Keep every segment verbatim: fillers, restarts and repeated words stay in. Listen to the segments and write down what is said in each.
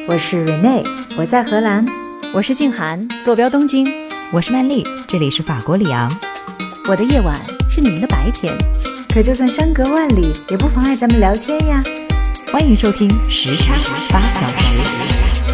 我是 Renee， 我在荷兰。 我是静涵，坐标东京。 我是曼丽，这里是法国里昂。 我的夜晚是你们的白天， 可就算相隔万里，也不妨碍咱们聊天呀。 欢迎收听时差八小时。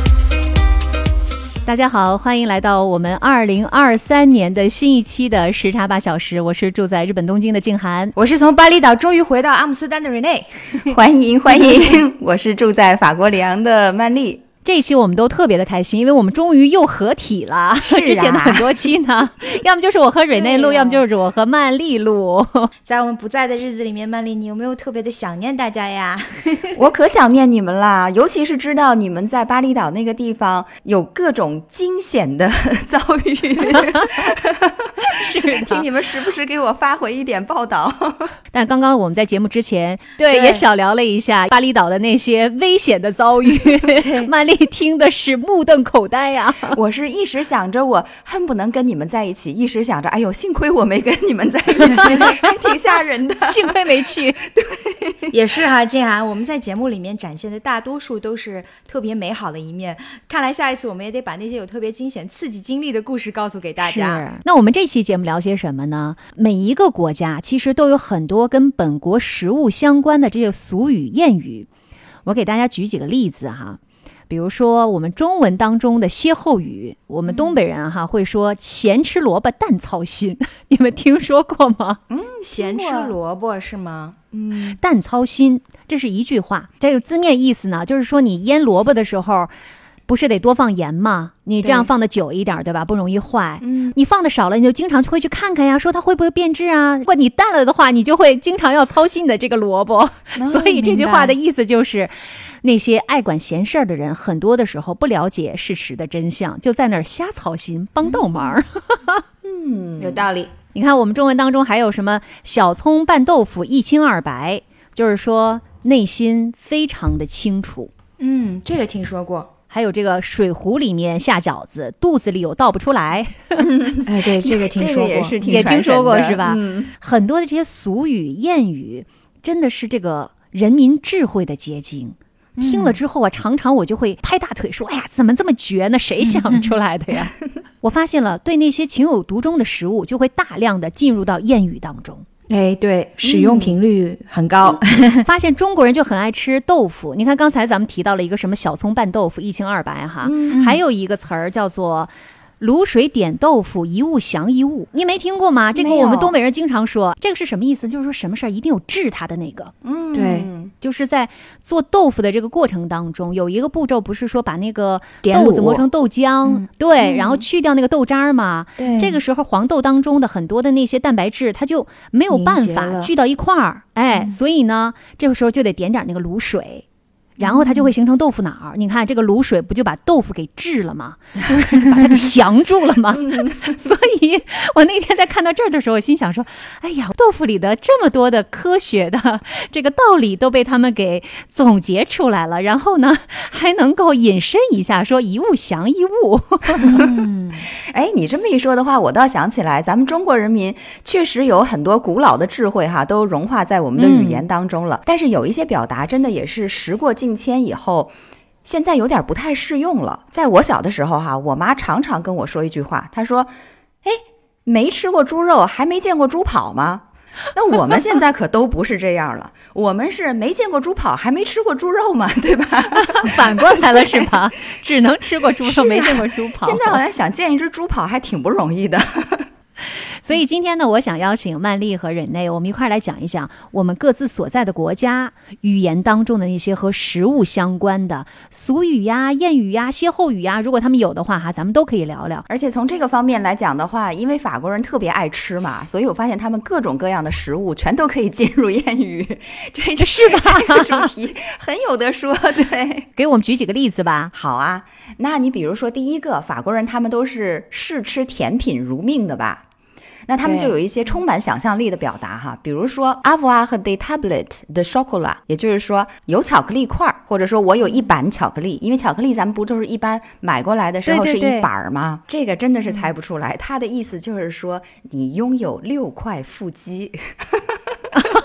大家好，欢迎来到我们二零二三年的新一期的时差八小时。我是住在日本东京的静涵， 我是从巴厘岛终于回到阿姆斯特丹的 Renee。 欢迎欢迎，我是住在法国里昂的曼丽。 这一期我们都特别的开心，因为我们终于又合体了。 啊、 之前的很多期呢，要么就是我和蕊内录，要么就是我和曼丽录。 在我们不在的日子里面，曼丽，你有没有特别的想念大家呀？ 我可想念你们啦，尤其是知道你们在巴厘岛那个地方有各种惊险的遭遇。 是的， 听你们时不时给我发回一点报道。 但刚刚我们在节目之前，对, 对也小聊了一下巴厘岛的那些危险的遭遇。曼丽听的是目瞪口呆呀、啊！ 我是一时想着我恨不能跟你们在一起，一时想着哎呦，幸亏我没跟你们在一起，还挺吓人的。 幸亏没去。 对，也是哈，静涵，我们在节目里面展现的大多数都是特别美好的一面。看来下一次我们也得把那些有特别惊险、刺激经历的故事告诉给大家。 是。那我们这期节目聊些什么呢？每一个国家其实都有很多跟本国食物相关的这些俗语谚语。我给大家举几个例子哈。比如说我们中文当中的歇后语，我们东北人哈会说闲吃萝卜淡操心，你们听说过吗？ 嗯，闲吃萝卜是吗？ 嗯，淡操心，这是一句话。这个字面意思呢，就是说你腌萝卜的时候不是得多放盐吗？你这样放的久一点 对, 对吧，不容易坏。嗯，你放的少了，你就经常会去看看呀，说它会不会变质啊。如果你淡了的话，你就会经常要操心的这个萝卜。哦、所以这句话的意思就是那些爱管闲事儿的人，很多的时候不了解事实的真相，就在那儿瞎操心，帮倒忙。 嗯，有道理。 你看我们中文当中还有什么小葱拌豆腐一清二白，就是说内心非常的清楚。 嗯，这个听说过。 还有这个水壶里面下饺子，肚子里有倒不出来。 哎，对，这个听说过， 这个也是挺也听说过是吧？ 嗯， 很多的这些俗语谚语，真的是这个人民智慧的结晶。听了之后啊，常常我就会拍大腿说：“哎呀，怎么这么绝呢？谁想出来的呀？”我发现了，对那些情有独钟的食物，就会大量的进入到谚语当中。 哎，对，使用频率很高。 嗯、发现中国人就很爱吃豆腐。你看刚才咱们提到了一个什么小葱拌豆腐一清二白哈，嗯、还有一个词儿叫做卤水点豆腐，一物降一物，你没听过吗？这个我们东北人经常说，这个是什么意思？就是说什么事儿一定有治它的那个。 嗯，对， 就是在做豆腐的这个过程当中，有一个步骤不是说把那个豆子磨成豆浆，嗯、对、嗯，然后去掉那个豆渣嘛。对，这个时候黄豆当中的很多的那些蛋白质，它就没有办法聚到一块儿，哎、嗯，所以呢，这个时候就得点点那个卤水。然后它就会形成豆腐脑，你看这个卤水不就把豆腐给治了吗？就是把它给降住了吗？所以我那天在看到这儿的时候，我心想说，哎呀，豆腐里的这么多的科学的这个道理都被他们给总结出来了，然后呢还能够引申一下说一物降一物。 嗯，哎，你这么一说的话，我倒想起来，咱们中国人民确实有很多古老的智慧哈，都融化在我们的语言当中了。嗯、但是有一些表达真的也是时过境迁以后，现在有点不太适用了。在我小的时候哈，我妈常常跟我说一句话，她说：“哎，没吃过猪肉，还没见过猪跑吗？”那我们现在可都不是这样了，我们是没见过猪跑，还没吃过猪肉嘛，对吧？ 反过来了是吧？只能吃过猪肉，没见过猪跑。 现在好像想见一只猪跑还挺不容易的。 所以今天呢，我想邀请曼丽和忍内，我们一块来讲一讲我们各自所在的国家语言当中的那些和食物相关的俗语呀、谚语呀、歇后语呀，如果他们有的话哈，咱们都可以聊聊。 而且从这个方面来讲的话，因为法国人特别爱吃嘛，所以我发现他们各种各样的食物全都可以进入谚语，这是吧？ 这个主题很有得说，对。 给我们举几个例子吧。 好啊，那你比如说第一个，法国人他们都是视吃甜品如命的吧？那他们就有一些充满想象力的表达哈，比如说 avoir des tablettes de chocolat， 也就是说有巧克力块，或者说我有一板巧克力，因为巧克力咱们不就是一般买过来的时候是一板吗？对对对，这个真的是猜不出来，他的意思就是说你拥有六块腹肌。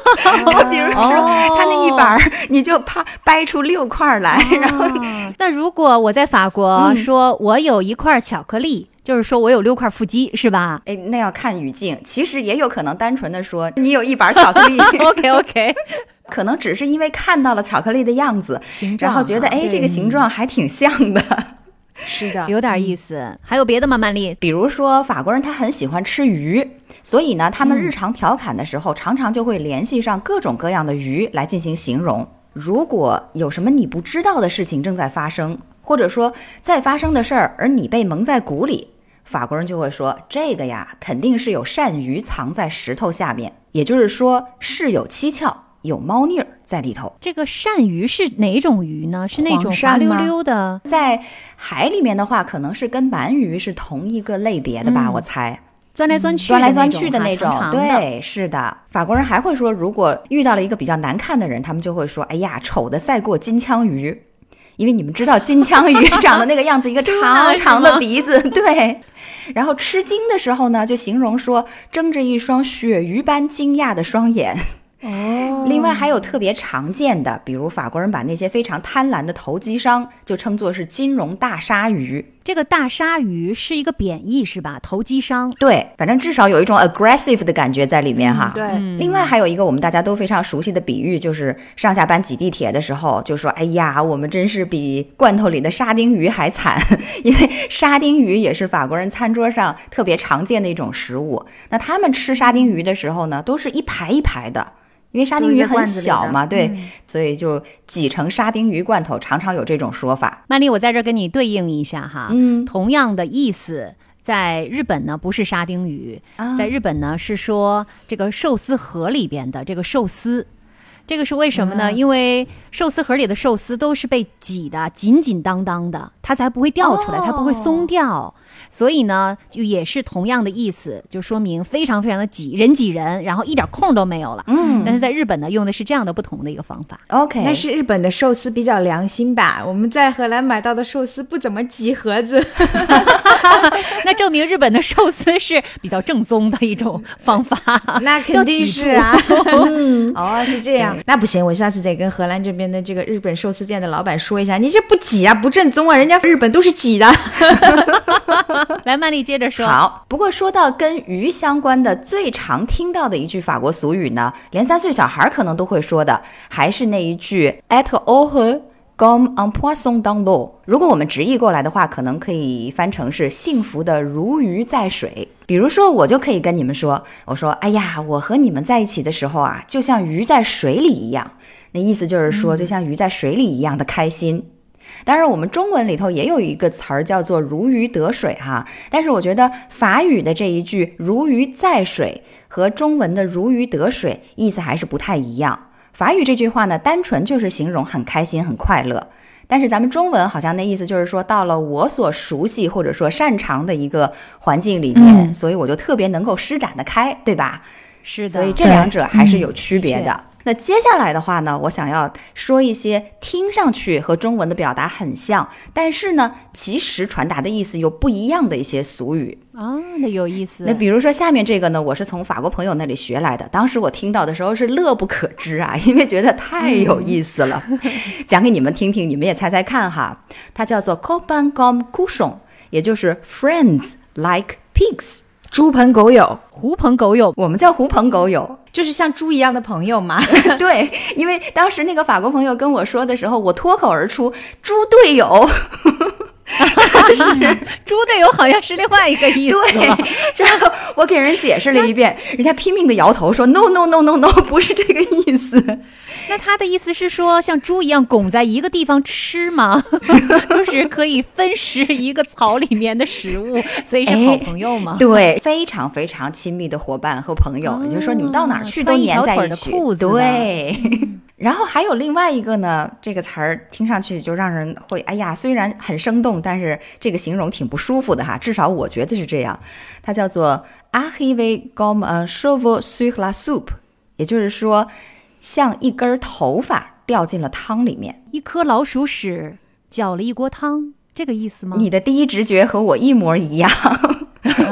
比如说、哦、他那一板你就啪掰出六块来、哦、然后那如果我在法国说我有一块巧克力、嗯，就是说我有六块腹肌是吧？ 哎，那要看语境，其实也有可能单纯的说你有一板巧克力 OK OK 可能只是因为看到了巧克力的样子形状， 然后觉得哎这个形状还挺像的。 是的， 有点意思、嗯、还有别的吗曼丽？ 比如说法国人他很喜欢吃鱼，所以呢他们日常调侃的时候、嗯、常常就会联系上各种各样的鱼来进行形容。如果有什么你不知道的事情正在发生，或者说在发生的事儿而你被蒙在鼓里，法国人就会说这个呀肯定是有鳝鱼藏在石头下面，也就是说事有蹊跷，有猫腻儿在里头。 这个鳝鱼是哪种鱼呢？是那种滑溜溜的？ 在海里面的话可能是跟鳗鱼是同一个类别的吧、嗯、我猜钻来钻去钻来钻去的那种、 嗯、长长的。 对，是的。法国人还会说如果遇到了一个比较难看的人，他们就会说哎呀丑的赛过金枪鱼，因为你们知道金枪鱼长的那个样子一个长长的鼻子对。然后吃惊的时候呢就形容说睁着一双鳕鱼般惊讶的双眼哦，另外还有特别常见的，比如法国人把那些非常贪婪的投机商就称作是金融大鲨鱼。 这个大鲨鱼是一个贬义是吧？投机商。 对，反正至少有一种 aggressive 的感觉在里面哈、 嗯、对、 嗯。另外还有一个我们大家都非常熟悉的比喻，就是上下班挤地铁的时候就说哎呀我们真是比罐头里的沙丁鱼还惨，因为沙丁鱼也是法国人餐桌上特别常见的一种食物。那他们吃沙丁鱼的时候呢都是一排一排的，因为沙丁鱼很小嘛，对、嗯，所以就挤成沙丁鱼罐头，常常有这种说法。 曼丽，我在这跟你对应一下哈， 嗯， 同样的意思，在日本呢不是沙丁鱼、啊、在日本呢是说这个寿司盒里边的这个寿司。这个是为什么呢、嗯、因为寿司盒里的寿司都是被挤的紧紧当当的，它才不会掉出来、哦、它不会松掉，所以呢就也是同样的意思，就说明非常非常的挤，人挤人，然后一点空都没有了。嗯，但是在日本呢用的是这样的不同的一个方法。 OK， 那是日本的寿司比较良心吧，我们在荷兰买到的寿司不怎么挤盒子那证明日本的寿司是比较正宗的一种方法那肯定是啊哦，是这样，那不行，我下次得跟荷兰这边的这个日本寿司店的老板说一下，你这不挤啊，不正宗啊，人家日本都是挤的来曼丽接着说。 好，不过说到跟鱼相关的最常听到的一句法国俗语呢，连三岁小孩可能都会说的，还是那一句 être heureux comme un poisson dans l'eau。 如果我们直译过来的话，可能可以翻成是幸福的如鱼在水。比如说我就可以跟你们说，我说哎呀我和你们在一起的时候啊就像鱼在水里一样，那意思就是说就像鱼在水里一样的开心、嗯，当然我们中文里头也有一个词儿叫做如鱼得水哈，但是我觉得法语的这一句如鱼在水和中文的如鱼得水意思还是不太一样。法语这句话呢单纯就是形容很开心很快乐，但是咱们中文好像那意思就是说到了我所熟悉或者说擅长的一个环境里面、嗯、所以我就特别能够施展得开，对吧？ 是的， 所以这两者还是有区别的、嗯那接下来的话呢，我想要说一些听上去和中文的表达很像，但是呢其实传达的意思又不一样的一些俗语啊、哦，那有意思。 那比如说下面这个呢，我是从法国朋友那里学来的，当时我听到的时候是乐不可支啊，因为觉得太有意思了、嗯、讲给你们听听，你们也猜猜看哈。它叫做 copain comme cochon， 也就是 friends like pigs， 猪朋狗友， 狐朋狗友， 我们叫狐朋狗友， 就是像猪一样的朋友嘛对，因为当时那个法国朋友跟我说的时候，我脱口而出猪队友是猪队友好像是另外一个意思对，然后我给人解释了一遍，人家拼命的摇头说 no no no no no 不是这个意思。 那他的意思是说像猪一样拱在一个地方吃吗？就是可以分食一个草里面的食物，所以是好朋友吗？ 对，非常非常亲密的伙伴和朋友、哦、也就是说你们到哪儿去都黏在一起， 穿一条腿的裤子， 对、嗯然后还有另外一个呢，这个词儿听上去就让人会哎呀虽然很生动，但是这个形容挺不舒服的哈，至少我觉得是这样。它叫做 arriver comme un cheveu sur la soupe， 也就是说像一根头发掉进了汤里面， 一颗老鼠屎搅了一锅汤，这个意思吗？ 你的第一直觉和我一模一样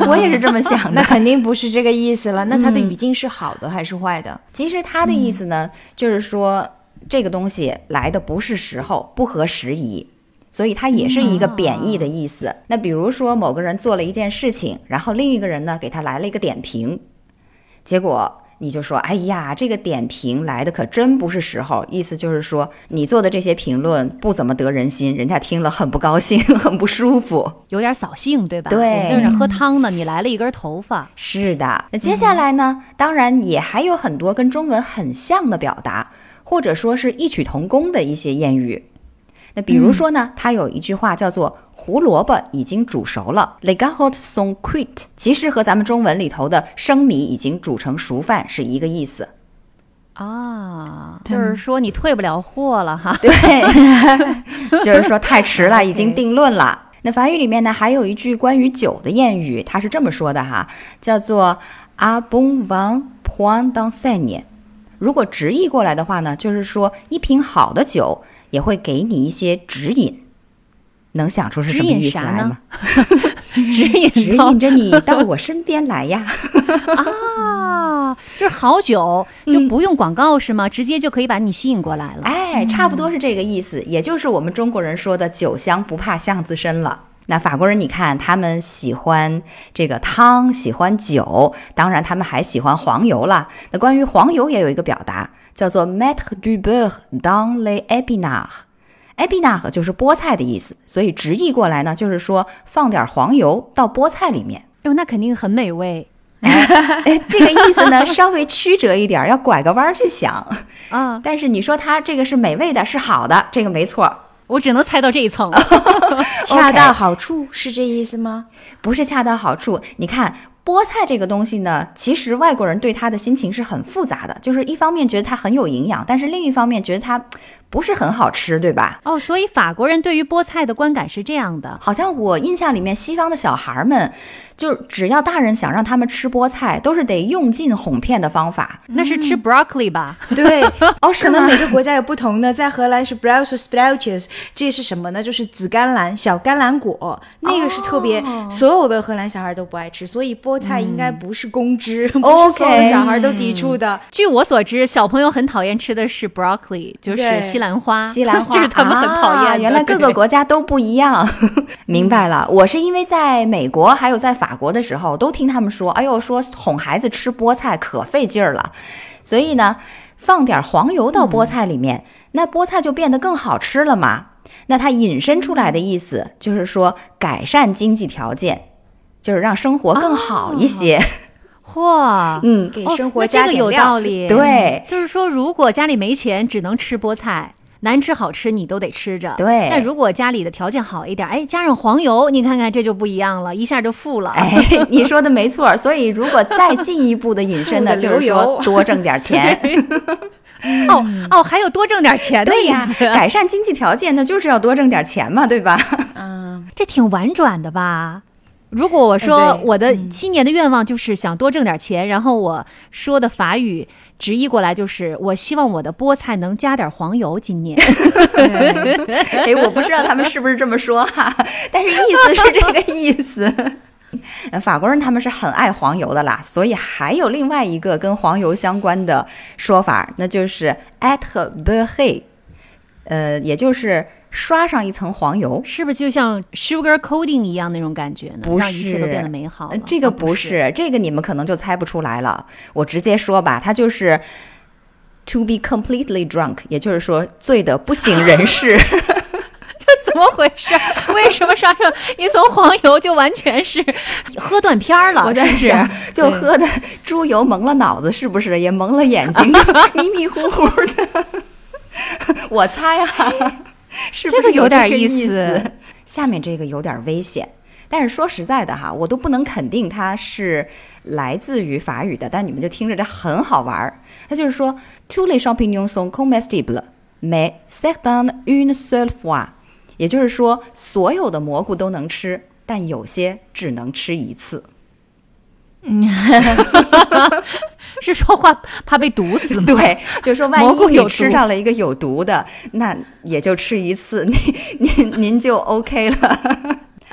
我也是这么想的。 那肯定不是这个意思了。那它的语境是好的还是坏的？ 其实它的意思呢，嗯、就是说这个东西来的不是时候，不合时宜。所以它也是一个贬义的意思。嗯、那比如说某个人做了一件事情，然后另一个人呢给他来了一个点评，结果你就说，哎呀，这个点评来的可真不是时候，意思就是说你做的这些评论不怎么得人心，人家听了很不高兴，很不舒服， 有点扫兴，对吧？ 对， 我就是喝汤呢，你来了一根头发。 是的。那接下来呢、嗯、当然也还有很多跟中文很像的表达，或者说是异曲同工的一些谚语。那比如说呢，它有一句话叫做胡萝卜已经煮熟了 Les carottes sont cuites， 其实和咱们中文里头的生米已经煮成熟饭是一个意思啊，就是说你退不了货了哈。 对，就是说太迟了，已经定论了。那法语里面呢还有一句关于酒的谚语，它是这么说的哈，叫做 Un bon vin point d'enseigne。 如果直译过来的话呢，就是说一瓶好的酒也会给你一些指引。能想出是什么意思来吗？ 指引指引着你到我身边来呀。 啊，就是好酒就不用广告是吗、嗯、直接就可以把你吸引过来了。 哎，差不多是这个意思、嗯、也就是我们中国人说的酒香不怕巷子深了。那法国人你看他们喜欢这个汤，喜欢酒，当然他们还喜欢黄油啦。那关于黄油也有一个表达叫做 mettre du beurre dans les épinards。 épinards 就是菠菜的意思，所以直译过来呢就是说放点黄油到菠菜里面。 哟，那肯定很美味。 哎，这个意思呢稍微曲折一点，要拐个弯去想啊。 但是你说它这个是美味的，是好的，这个没错。 我只能猜到这一层。 恰到好处是这意思吗？ 不是恰到好处。你看菠菜这个东西呢，其实外国人对它的心情是很复杂的，就是一方面觉得它很有营养，但是另一方面觉得它不是很好吃，对吧？ 哦，所以法国人对于菠菜的观感是这样的。 好像我印象里面西方的小孩们就只要大人想让他们吃菠菜都是得用尽哄骗的方法、 嗯、那是吃 broccoli 吧？ 对哦，可能每个国家有不同的。在荷兰是 Brussels sprouts， 这是什么呢？就是紫甘蓝，小甘蓝果，那个是特别、哦、所有的荷兰小孩都不爱吃，所以菠菜应该不是公知、嗯、不是所有的小孩都抵触的、 嗯、据我所知小朋友很讨厌吃的是 broccoli， 就是西兰花。 西兰花这是他们很讨厌的、 啊、原来各个国家都不一样。明白了，我是因为在美国还有在法国的时候都听他们说，哎呦，说哄孩子吃菠菜可费劲儿了，所以呢放点黄油到菠菜里面、嗯、那菠菜就变得更好吃了嘛。那它引申出来的意思就是说改善经济条件，就是让生活更好一些。 嚯、哦， 嗯， 给生活加点料、 哦、这个有道理。 对， 就是说如果家里没钱只能吃菠菜，难吃好吃你都得吃着。 对， 但如果家里的条件好一点，哎，加上黄油，你看看这就不一样了，一下就富了。 哎，你说的没错。所以如果再进一步的引申呢，就是说多挣点钱。 哦哦，还有多挣点钱的意思。 改善经济条件，那就是要多挣点钱嘛，对吧？ 嗯，这挺婉转的吧？如果我说我的七年的愿望就是想多挣点钱、嗯、然后我说的法语直译过来就是我希望我的菠菜能加点黄油今年。 哎，我不知道他们是不是这么说哈，但是意思是这个意思。法国人他们是很爱黄油的啦，所以还有另外一个跟黄油相关的说法，那就是 être beurré， 呃，也就是刷上一层黄油。 是不是就像 sugar coating 一样那种感觉呢？ 不是， 让一切都变得美好了。 这个不是、哦、不是这个你们可能就猜不出来了。我直接说吧，它就是 to be completely drunk， 也就是说醉得不省人事。 这怎么回事？为什么刷上一层黄油就完全是喝断片了？ 我在想，就喝的猪油蒙了脑子，是不是也蒙了眼睛，迷迷糊糊的？我猜啊，是不是有点意思？下面这个有点危险，但是说实在的哈，我都不能肯定它是来自于法语的，但你们就听着这很好玩。它就是说 tous les champignons sont comestibles mais certains une seule fois， 也就是说所有的蘑菇都能吃，但有些只能吃一次。 嗯，是说话怕被毒死吗？ 对，就是说万一你吃上了一个有毒的，那也就吃一次，您您您就 OK 了。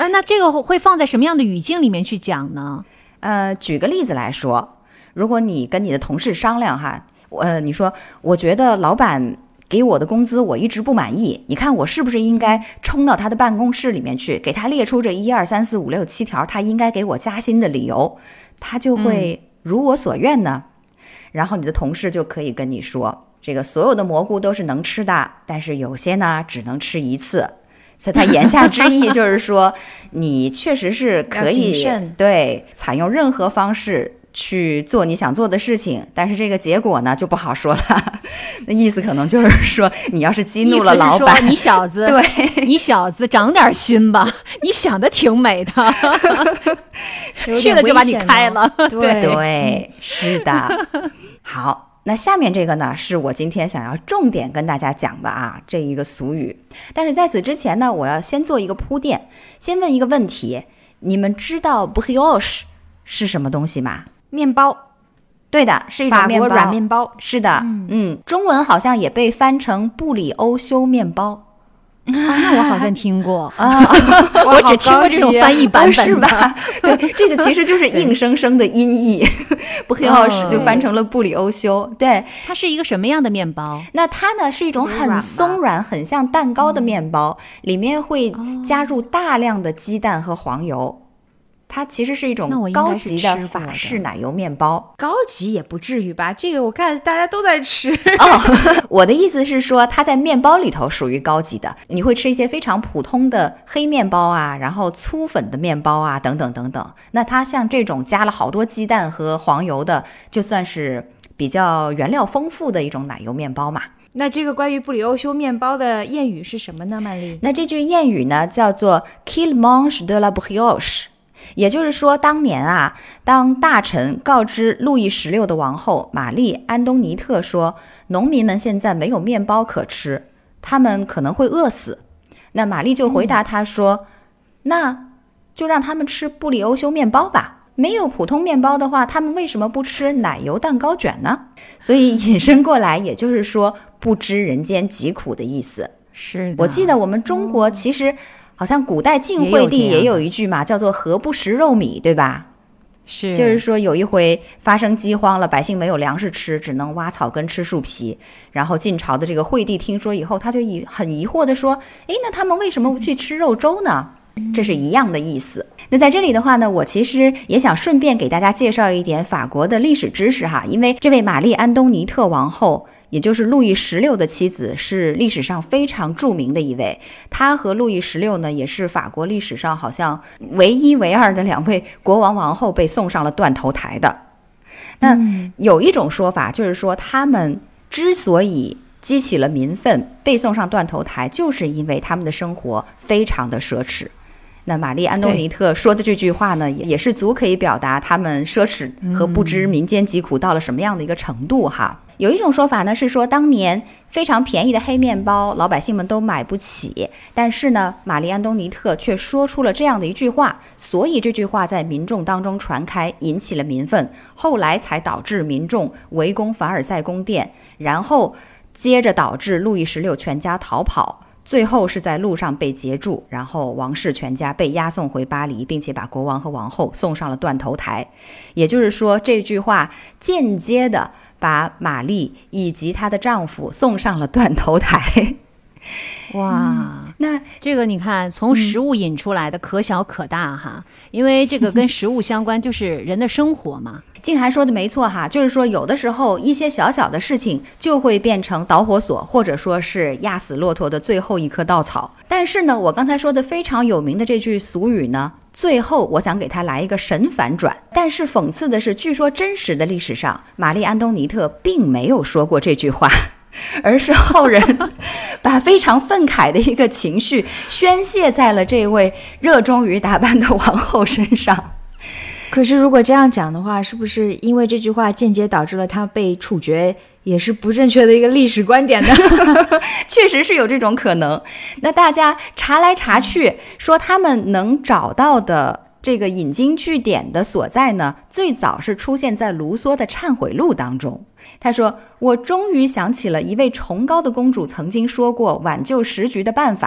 啊，那这个会放在什么样的语境里面去讲呢？ 呃，举个例子来说，如果你跟你的同事商量哈，呃，你说我觉得老板给我的工资我一直不满意，你看我是不是应该冲到他的办公室里面去，给他列出这一二三四五六七条他应该给我加薪的理由，他就会如我所愿呢？嗯、然后你的同事就可以跟你说，这个所有的蘑菇都是能吃的，但是有些呢只能吃一次。所以他言下之意就是说，你确实是可以对采用任何方式去做你想做的事情，但是这个结果呢就不好说了。那意思可能就是说，你要是激怒了老板， 意思是说你小子，对，你小子长点心吧，你想的挺美的，去了就把你开了。 对对，是的。好。那下面这个呢，是我今天想要重点跟大家讲的啊，这一个俗语。但是在此之前呢，我要先做一个铺垫，先问一个问题：你们知道 brioche 是什么东西吗？ 面包。 对的，是一种面包， 法国软面包。 是的，嗯, 嗯，中文好像也被翻成布里欧修面包。 啊，那我好像听过啊， 我只听过这种翻译版本的， 是吧？对，这个其实就是硬生生的音译，布里欧什就翻成了布里欧修。对， 它是一个什么样的面包？ 那它呢是一种很松软、很像蛋糕的面包，里面会加入大量的鸡蛋和黄油。它其实是一种高级的法式奶油面包。 高级也不至于吧，这个我看大家都在吃。 哦，我的意思是说它在面包里头属于高级的，你会吃一些非常普通的黑面包啊，然后粗粉的面包啊，等等等等。那它像这种加了好多鸡蛋和黄油的，就算是比较原料丰富的一种奶油面包嘛。 那这个关于布里欧修面包的谚语是什么呢，曼丽？ 那这句谚语呢叫做 Qu'il mange de la brioche，也就是说，当年啊，当大臣告知路易十六的王后玛丽安东尼特说，农民们现在没有面包可吃，他们可能会饿死。那玛丽就回答他说，嗯、那就让他们吃布里欧修面包吧。没有普通面包的话，他们为什么不吃奶油蛋糕卷呢？所以引申过来，也就是说，不知人间疾苦的意思。 是的， 我记得我们中国其实、哦。好像古代晋惠帝也有一句嘛，叫做何不食肉糜，对吧？ 是， 就是说有一回发生饥荒了，百姓没有粮食吃，只能挖草根吃树皮。然后晋朝的这个惠帝听说以后，他就疑很疑惑的说，诶，那他们为什么不去吃肉粥呢？这是一样的意思。那在这里的话呢，我其实也想顺便给大家介绍一点法国的历史知识哈，因为这位玛丽安东尼特王后，也就是路易十六的妻子，是历史上非常著名的一位。她和路易十六呢，也是法国历史上好像唯一唯二的两位国王王后被送上了断头台的。那有一种说法就是说，他们之所以激起了民愤，被送上断头台，就是因为他们的生活非常的奢侈。那玛丽安东尼特说的这句话呢，也是足可以表达他们奢侈和不知民间疾苦到了什么样的一个程度哈。有一种说法呢是说，当年非常便宜的黑面包老百姓们都买不起，但是呢玛丽安东尼特却说出了这样的一句话，所以这句话在民众当中传开，引起了民愤，后来才导致民众围攻凡尔赛宫殿，然后接着导致路易十六全家逃跑，最后是在路上被截住，然后王室全家被押送回巴黎，并且把国王和王后送上了断头台。也就是说，这句话间接的把玛丽以及她的丈夫送上了断头台。 哇、嗯，那这个你看，从食物引出来的可小可大哈、嗯，因为这个跟食物相关，就是人的生活嘛。 静涵说的没错哈，就是说有的时候一些小小的事情就会变成导火索，或者说是压死骆驼的最后一棵稻草。但是呢，我刚才说的非常有名的这句俗语呢，最后我想给它来一个神反转。但是讽刺的是，据说真实的历史上，玛丽安东尼特并没有说过这句话，而是后人把非常愤慨的一个情绪宣泄在了这位热衷于打扮的王后身上。 可是如果这样讲的话，是不是因为这句话间接导致了他被处决，也是不正确的一个历史观点呢？ 确实是有这种可能。那大家查来查去，说他们能找到的这个引经据典的所在呢，最早是出现在卢梭的《忏悔录》当中。他说，我终于想起了一位崇高的公主曾经说过挽救时局的办法，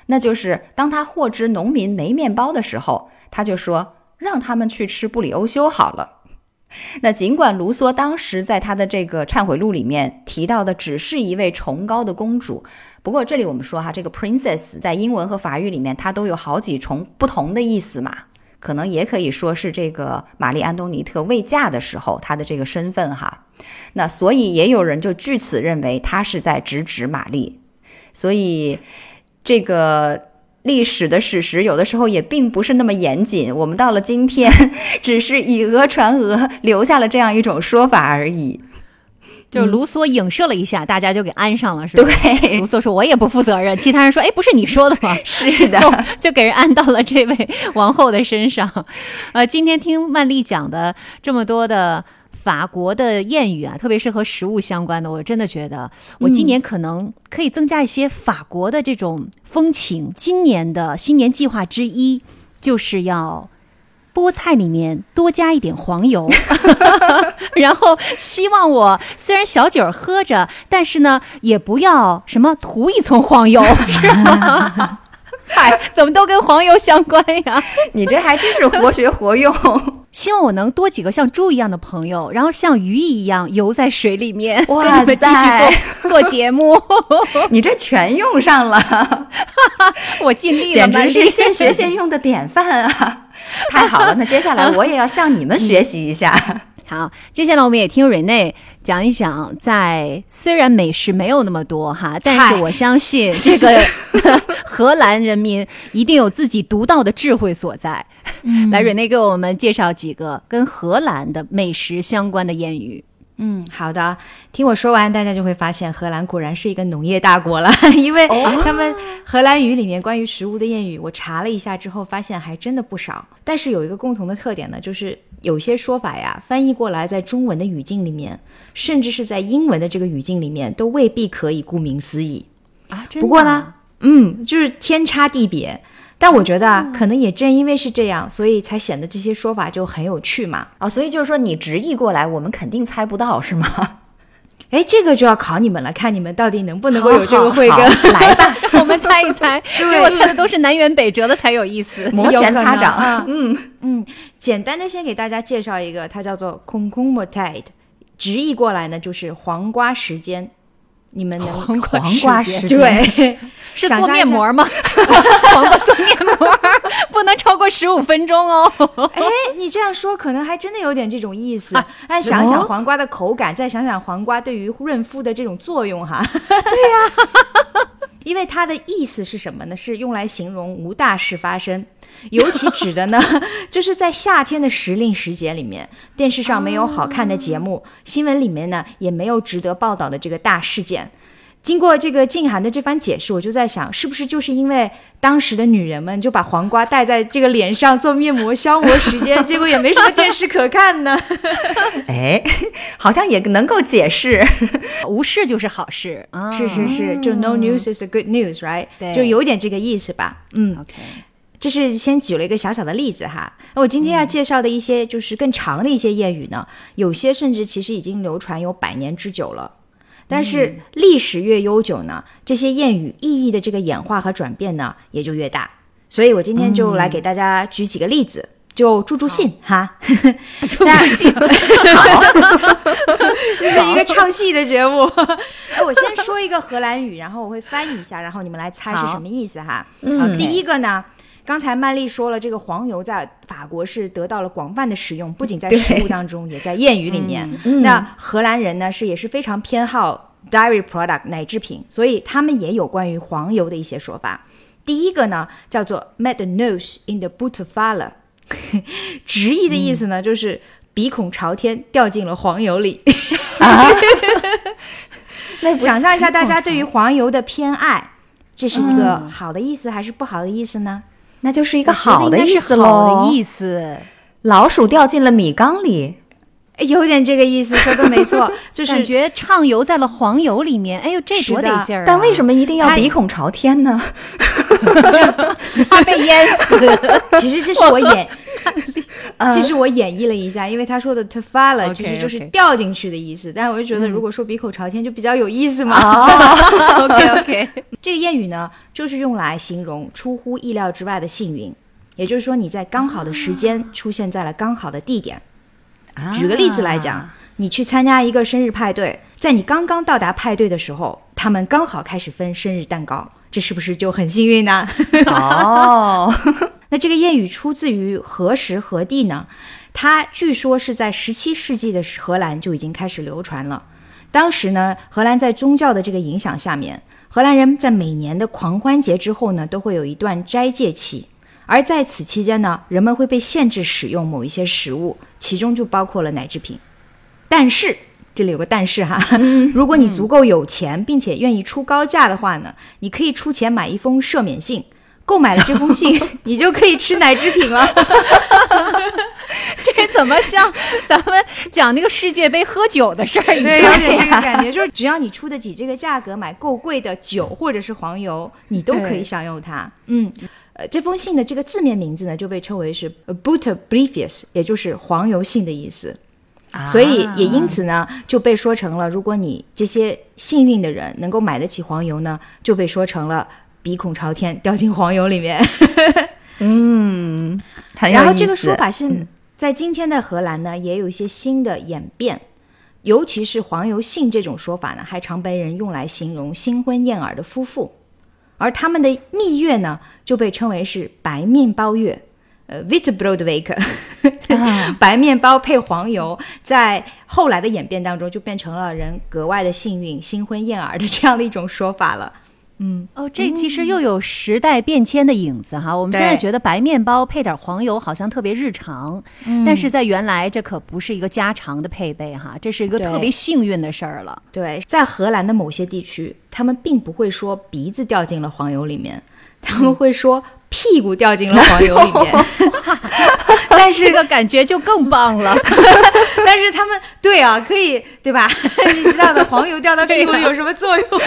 那就是当他获知农民没面包的时候，他就说让他们去吃布里欧修好了。那尽管卢梭当时在他的这个忏悔录里面提到的只是一位崇高的公主，不过这里我们说哈，这个 princess 在英文和法语里面它都有好几重不同的意思嘛，可能也可以说是这个玛丽安东尼特未嫁的时候她的这个身份哈。那所以也有人就据此认为她是在直指玛丽，所以这个历史的史实有的时候也并不是那么严谨，我们到了今天只是以讹传讹，留下了这样一种说法而已。 就是卢梭影射了一下、嗯、大家就给安上了是吧？ 对， 卢梭说我也不负责任，其他人说哎不是你说的吗？ 是的， 就给人安到了这位王后的身上。呃，今天听曼丽讲的这么多的法国的谚语啊，特别是和食物相关的，我真的觉得我今年可能可以增加一些法国的这种风情。今年的新年计划之一就是要菠菜里面多加一点黄油然后希望我虽然小酒喝着，但是呢也不要什么涂一层黄油是吗？嗨，怎么都跟黄油相关呀？ 你这还真是活学活用。 希望我能多几个像猪一样的朋友，然后像鱼一样游在水里面， 哇， 跟你们继续做做节目。 你这全用上了我尽力了， 简直是现学现用的典范啊！太好了，那接下来我也要向你们学习一下。嗯好，接下来我们也听 Renee 讲一讲，在虽然美食没有那么多哈，但是我相信这个荷兰人民一定有自己独到的智慧所在。嗯、来 Renee 给我们介绍几个跟荷兰的美食相关的谚语。 嗯，好的，听我说完大家就会发现荷兰果然是一个农业大国了，因为他们荷兰语里面关于食物的谚语我查了一下之后发现还真的不少，但是有一个共同的特点呢，就是有些说法呀翻译过来在中文的语境里面，甚至是在英文的这个语境里面都未必可以顾名思义啊。真的？ 不过呢嗯，就是天差地别，但我觉得啊，可能也正因为是这样，所以才显得这些说法就很有趣嘛。 哦，所以就是说你直译过来我们肯定猜不到是吗？ 哎，这个就要考你们了，看你们到底能不能够有这个慧根。 来吧我们猜一猜结果猜的都是南辕北辙的才有意思。 摩拳擦掌、啊、 嗯嗯，简单的先给大家介绍一个，它叫做 Concombre， 直译过来呢就是黄瓜时间。你们能黄瓜黄瓜时间对是做面膜吗？黄瓜做面膜不能超过十五分钟哦。 哎，你这样说可能还真的有点这种意思。但、啊、想想黄瓜的口感、哦、再想想黄瓜对于润肤的这种作用哈。对呀、 啊，因为它的意思是什么呢？是用来形容无大事发生。尤其指的呢就是在夏天的时令时节里面，电视上没有好看的节目、哦、新闻里面呢也没有值得报道的这个大事件。经过这个静涵的这番解释，我就在想是不是就是因为当时的女人们就把黄瓜戴在这个脸上做面膜消磨时间结果也没什么电视可看呢。 哎，好像也能够解释无事就是好事、哦、 是是是，就 no news is a good news right， 就有点这个意思吧。嗯 OK， 这是先举了一个小小的例子哈。我今天要介绍的一些就是更长的一些谚语呢、嗯、有些甚至其实已经流传有百年之久了，但是历史越悠久呢、嗯、这些谚语意义的这个演化和转变呢也就越大。所以我今天就来给大家举几个例子、嗯、就助助兴哈。 助助兴好这是一个唱戏的节目。我先说一个荷兰语，然后我会翻译一下，然后你们来猜是什么意思哈。 嗯， 第一个呢，刚才曼丽说了，这个黄油在法国是得到了广泛的使用，不仅在食物当中，也在谚语里面、嗯、那荷兰人呢是也是非常偏好 dairy product 奶制品，所以他们也有关于黄油的一些说法。第一个呢叫做 met the nose in the butterfala， 直译的意思呢、嗯、就是鼻孔朝天掉进了黄油里。啊想象一下大家对于黄油的偏爱，这是一个好的意思还是不好的意思呢？ 那就是一个好的意思咯， 好的意思。 老鼠掉进了米缸里， 有点这个意思，说的没错。就是感觉畅游在了黄油里面，哎呦，这多得劲儿、啊！ 但为什么一定要鼻孔朝天呢？ 怕被淹死。 其实这是我演这是我演绎了一下，因为他说的 to fall 其实就是掉进去的意思， okay, okay. 但是我就觉得如果说鼻孔朝天就比较有意思嘛。 哦、OK OK， 这个谚语呢，就是用来形容出乎意料之外的幸运，也就是说你在刚好的时间出现在了刚好的地点。啊、举个例子来讲，你去参加一个生日派对，在你刚刚到达派对的时候，他们刚好开始分生日蛋糕，这是不是就很幸运呢？ 哦， 那这个谚语出自于何时何地呢？它据说是在十七世纪的荷兰就已经开始流传了。当时呢，荷兰在宗教的这个影响下面，荷兰人在每年的狂欢节之后呢，都会有一段斋戒期，而在此期间呢，人们会被限制使用某一些食物，其中就包括了奶制品。但是这里有个但是哈，嗯、如果你足够有钱，并且愿意出高价的话呢，你可以出钱买一封赦免信，购买了这封信，你就可以吃奶制品了。 这怎么像咱们讲那个世界杯喝酒的事儿一样？ 对，有点这个感觉，就是只要你出得起这个价格买够贵的酒或者是黄油，你都可以享用它。嗯，呃，这封信的这个字面名字呢，就被称为是 Butterbriefs， 也就是黄油信的意思。所以也因此呢，就被说成了，如果你这些幸运的人能够买得起黄油呢，就被说成了鼻孔朝天掉进黄油里面。 嗯， 然后这个说法是、嗯、在今天的荷兰呢，也有一些新的演变，尤其是黄油信这种说法呢，还常被人用来形容新婚燕尔的夫妇，而他们的蜜月呢，就被称为是白面包月。呃 Witbroodweek 白面包配黄油，在后来的演变当中就变成了人格外的幸运、新婚燕尔的这样的一种说法了。嗯， 哦，这其实又有时代变迁的影子哈。我们现在觉得白面包配点黄油好像特别日常，但是在原来这可不是一个家常的配备哈，这是一个特别幸运的事儿了。 对，在荷兰的某些地区，他们并不会说鼻子掉进了黄油里面，他们会说屁股掉进了黄油里面。但是这个感觉就更棒了。 但是他们对啊，可以对吧？你知道的，黄油掉到屁股里有什么作用？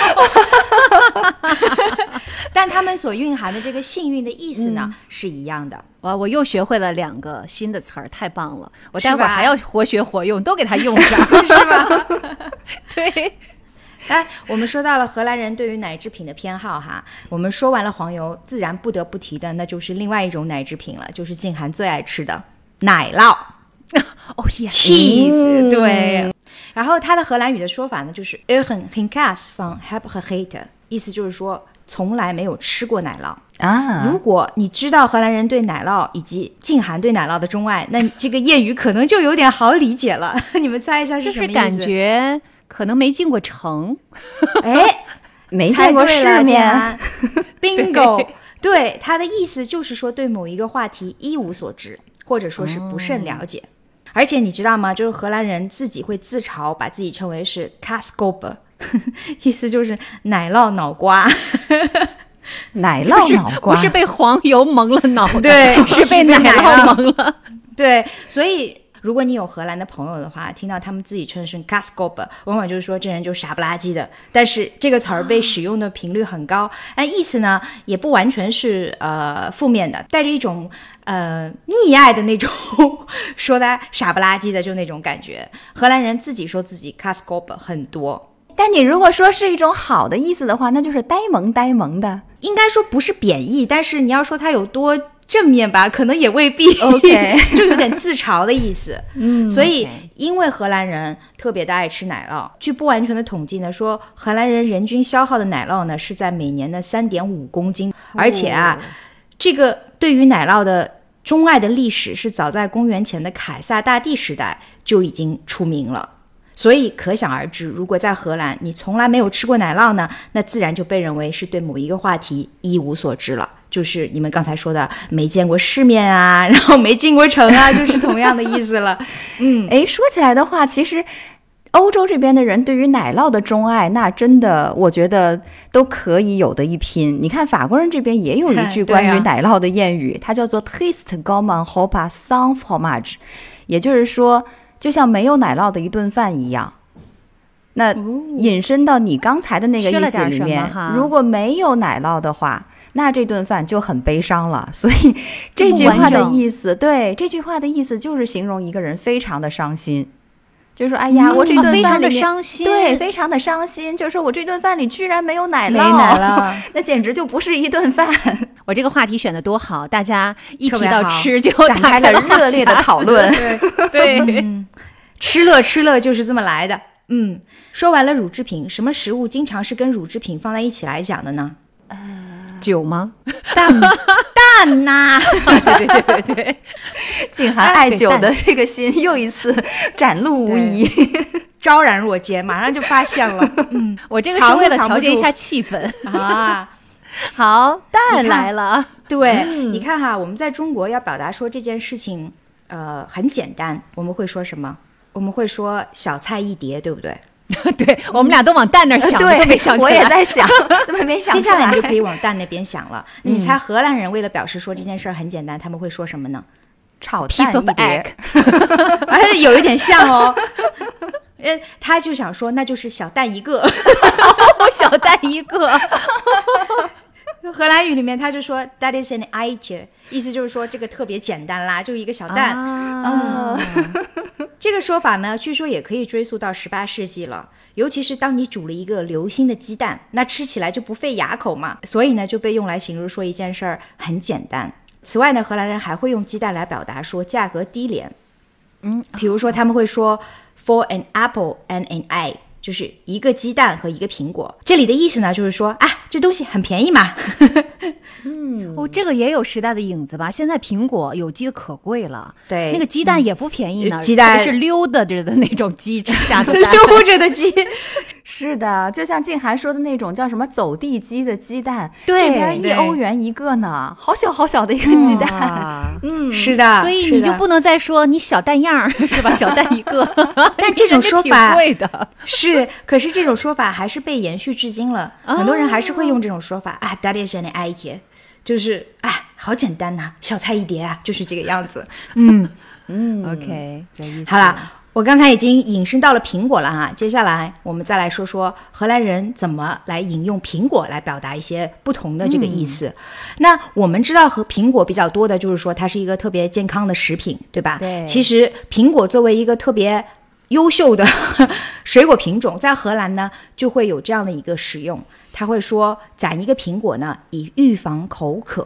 但他们所蕴含的这个幸运的意思呢、嗯、是一样的。 哇，我又学会了两个新的词儿，太棒了！我待会儿还要活学活用，都给它用上， 是吧？ 对。 哎，我们说到了荷兰人对于奶制品的偏好哈，我们说完了黄油，自然不得不提的那就是另外一种奶制品了，就是静涵最爱吃的奶酪。 哦耶 cheese， 对。然后它的荷兰语的说法呢，就是 Eugen geen kaas van heb gegeten， 意思就是说从来没有吃过奶酪啊。 如果你知道荷兰人对奶酪以及静涵对奶酪的钟爱，那这个谚语可能就有点好理解了。你们猜一下是什么意思？ 就是感觉可能没进过城， 哎， 没见过世面。 bingo， 对，它的意思就是说对某一个话题一无所知，或者说是不甚了解。哦、而且你知道吗？就是荷兰人自己会自嘲，把自己称为是 kaasgober， 意思就是奶酪脑瓜。 奶酪脑瓜、 就是、不是被黄油蒙了脑袋， 对， 是被奶酪蒙了。 对，所以。如果你有荷兰的朋友的话，听到他们自己称是 kaasgober， 往往就是说这人就傻不拉几的。但是这个词儿被使用的频率很高，哎，意思呢也不完全是呃负面的，带着一种呃溺爱的那种说他傻不拉几的就那种感觉。荷兰人自己说自己 kaasgober 很多， 但你如果说是一种好的意思的话，那就是呆萌呆萌的。 应该说不是贬义，但是你要说它有多正面吧，可能也未必。 OK， 就有点自嘲的意思。 嗯， 所以因为荷兰人特别的爱吃奶酪，据不完全的统计呢，说荷兰人人均消耗的奶酪呢是在每年的 三点五公斤，而且啊，这个对于奶酪的钟爱的历史是早在公元前的凯撒大帝时代就已经出名了。所以可想而知，如果在荷兰你从来没有吃过奶酪呢，那自然就被认为是对某一个话题一无所知了，就是你们刚才说的没见过世面啊，然后没进过城啊，就是同样的意思了。嗯， 诶，说起来的话，其实欧洲这边的人对于奶酪的钟爱，那真的我觉得都可以有的一拼。你看法国人这边也有一句关于奶酪的谚语、啊、它叫做 triste gomme repas sans fromage， 也就是说就像没有奶酪的一顿饭一样。那引申到你刚才的那个意思里面，如果没有奶酪的话， 那这顿饭就很悲伤了。所以这句话的意思，对，这句话的意思就是形容一个人非常的伤心。就是说，哎呀，嗯、我这顿饭里面、 非常的伤心， 对，非常的伤心。就是说我这顿饭里居然没有奶酪， 没奶酪， 那简直就不是一顿饭。 我这个话题选的多好，大家一提到吃就展开了热烈的讨论。 对，对嗯，吃乐吃乐就是这么来的。嗯，说完了乳制品，什么食物经常是跟乳制品放在一起来讲的呢？ 呃，酒吗？ 蛋蛋呐、啊！ 对对对对对， 静涵爱酒的这个心又一次展露无遗， 昭然若揭，马上就发现了。嗯， 我这个是为了调节一下气氛啊。 好，蛋来了。 对、嗯，你看哈，我们在中国要表达说这件事情，呃，很简单，我们会说什么？我们会说小菜一碟，对不对？ 对，我们俩都往蛋那儿想， 对， 都没想起来。 我也在想，怎么没想起来？ 接下来你就可以往蛋那边想了。嗯、你猜荷兰人为了表示说这件事很简单，他们会说什么呢？ 炒蛋一碟， 哎，有一点像哦。呃，他就想说，那就是小蛋一个， 小蛋一个。 荷兰语里面他就说 that is an eitje， 意思就是说这个特别简单啦，就一个小蛋。 啊、 嗯，这个说法呢，据说也可以追溯到十八世纪了。尤其是当你煮了一个流心的鸡蛋，那吃起来就不费牙口嘛，所以呢就被用来形容说一件事儿很简单。此外呢，荷兰人还会用鸡蛋来表达说价格低廉。嗯，比如说他们会说 for an apple and an egg， 就是一个鸡蛋和一个苹果。这里的意思呢，就是说啊，这东西很便宜嘛。 嗯，哦，这个也有时代的影子吧。现在苹果有机的可贵了， 对， 那个鸡蛋也不便宜呢。 嗯、鸡蛋是溜达着的那种鸡之下的蛋， 溜着的鸡。 是的，就像静涵说的那种叫什么走地鸡的鸡蛋， 对， 这边一欧元一个呢，好小好小的一个鸡蛋。 嗯，是的， 所以你就不能再说你小蛋样是吧？小蛋一个， 但这种说法挺贵的。 是，可是这种说法还是被延续至今了，哦、很多人还是会用这种说法啊 ，that is an idea， 就是啊，好简单呐、啊，小菜一碟啊，就是这个样子。嗯嗯 ，OK， 有意思。 好了。我刚才已经引申到了苹果了哈，接下来我们再来说说荷兰人怎么来引用苹果来表达一些不同的这个意思。嗯、那我们知道和苹果比较多的就是说它是一个特别健康的食品，对吧？ 对。 其实苹果作为一个特别优秀的水果品种，在荷兰呢就会有这样的一个使用，他会说攒一个苹果呢以预防口渴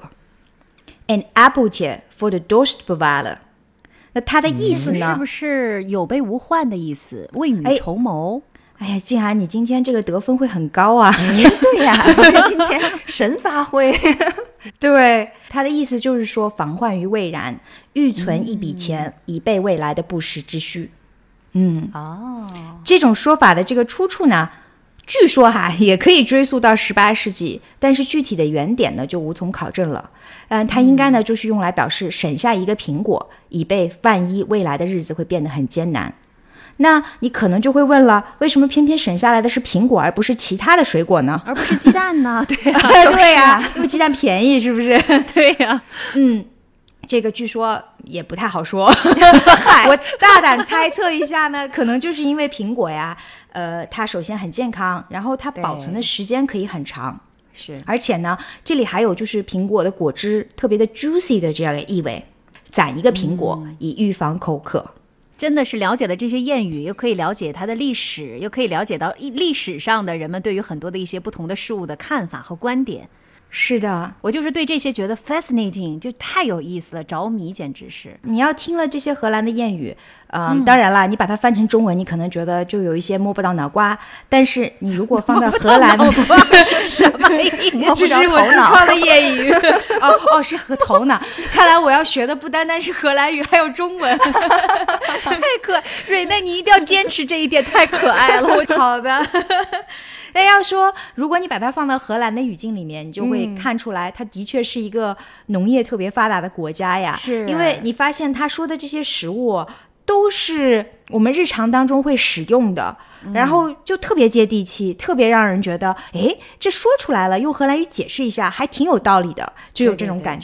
，an appeltje voor de dorst bewaren。那它的意思呢、 嗯？是不是有备无患的意思？未雨绸缪。 哎呀，静涵，你今天这个得分会很高啊！ 对呀，今天神发挥。 对，它的意思就是说防患于未然，预存一笔钱、嗯、以备未来的不时之需。嗯， 哦， 这种说法的这个出处呢，据说哈也可以追溯到十八世纪，但是具体的原点呢就无从考证了。嗯，它应该呢就是用来表示省下一个苹果，以备万一未来的日子会变得很艰难。那你可能就会问了，为什么偏偏省下来的是苹果，而不是其他的水果呢？ 而不是鸡蛋呢？对啊， 对呀、啊，因为鸡蛋便宜，是不是？ 对呀、啊， 嗯。这个据说也不太好说，我大胆猜测一下呢，可能就是因为苹果呀，呃，它首先很健康，然后它保存的时间可以很长， 是， 而且呢，这里还有就是苹果的果汁特别的 juicy 的这样的意味，攒一个苹果、嗯、以预防口渴。 真的是了解了这些谚语，又可以了解它的历史，又可以了解到历史上的人们对于很多的一些不同的事物的看法和观点。 是的， 我就是对这些觉得 fascinating， 就太有意思了，着迷，简直是。 你要听了这些荷兰的谚语，呃、嗯，当然啦，你把它翻成中文，你可能觉得就有一些摸不到脑瓜。但是你如果放到荷兰的， 什么意思？ 这是我自创的谚语。哦哦，是和头脑。看来我要学的不单单是荷兰语，还有中文。 太可爱，瑞内，你一定要坚持这一点，太可爱了。我好的。但要说，如果你把它放到荷兰的语境里面，你就会看出来，它的确是一个农业特别发达的国家呀。 是， 因为你发现他说的这些食物都是我们日常当中会使用的，嗯、然后就特别接地气，特别让人觉得，哎，这说出来了，用荷兰语解释一下，还挺有道理的，就有这种感觉。对对对，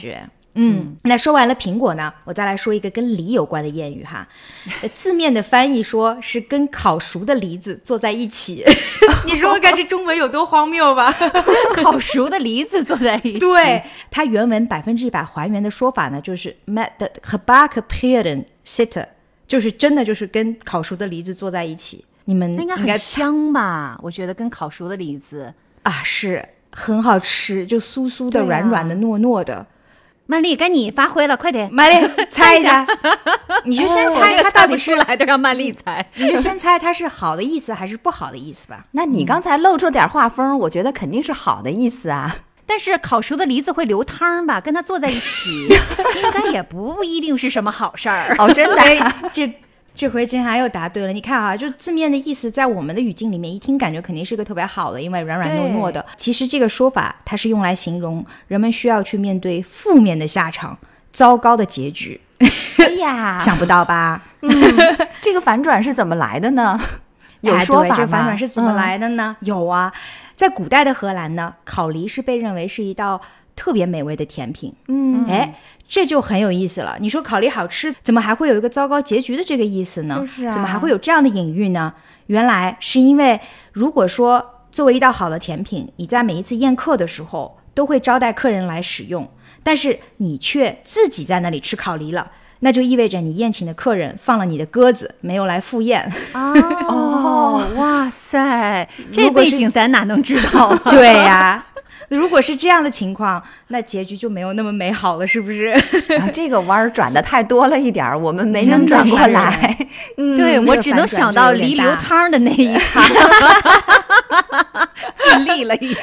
嗯，那说完了苹果呢，我再来说一个跟梨有关的谚语哈。字面的翻译说是跟烤熟的梨子坐在一起，你说我看这中文有多荒谬吧？ 烤熟的梨子坐在一起。 对，它原文百分之一百还原的说法呢，就是 met the gebakken zitten， 就是真的就是跟烤熟的梨子坐在一起。你们应该很香吧？我觉得跟烤熟的梨子啊是很好吃，就酥酥的、软软的、糯糯的。 曼丽，该你发挥了，快点！ 曼丽，猜一下，你就先猜它到底是、 哦、来的，让曼丽猜。 你就先猜它是好的意思还是不好的意思吧。 那你刚才露出点画风，我觉得肯定是好的意思啊。 但是烤熟的梨子会流汤吧？跟它坐在一起，应该也不一定是什么好事儿。 哦，真的， 这。这回金涵又答对了，你看啊，就字面的意思在我们的语境里面一听感觉肯定是个特别好的，因为软软糯糯的。其实这个说法它是用来形容人们需要去面对负面的下场，糟糕的结局。 哎呀， 想不到吧？ 嗯，这个反转是怎么来的呢？有说法吗？ 哎、对，这个反转是怎么来的呢？嗯、有啊，在古代的荷兰呢，烤梨是被认为是一道特别美味的甜品。嗯，哎。这就很有意思了。你说烤梨好吃，怎么还会有一个糟糕结局的这个意思呢？ 就是啊， 怎么还会有这样的隐喻呢？原来是因为，如果说作为一道好的甜品，你在每一次宴客的时候都会招待客人来使用，但是你却自己在那里吃烤梨了，那就意味着你宴请的客人放了你的鸽子，没有来赴宴。 哦，哇塞，这背景咱哪能知道啊？ 对呀、啊。如果是这样的情况，那结局就没有那么美好了，是不是？ 啊、这个弯儿转的太多了一点，我们没能转过来。 嗯，对，我只能想到梨流汤的那一趴，尽力了已经。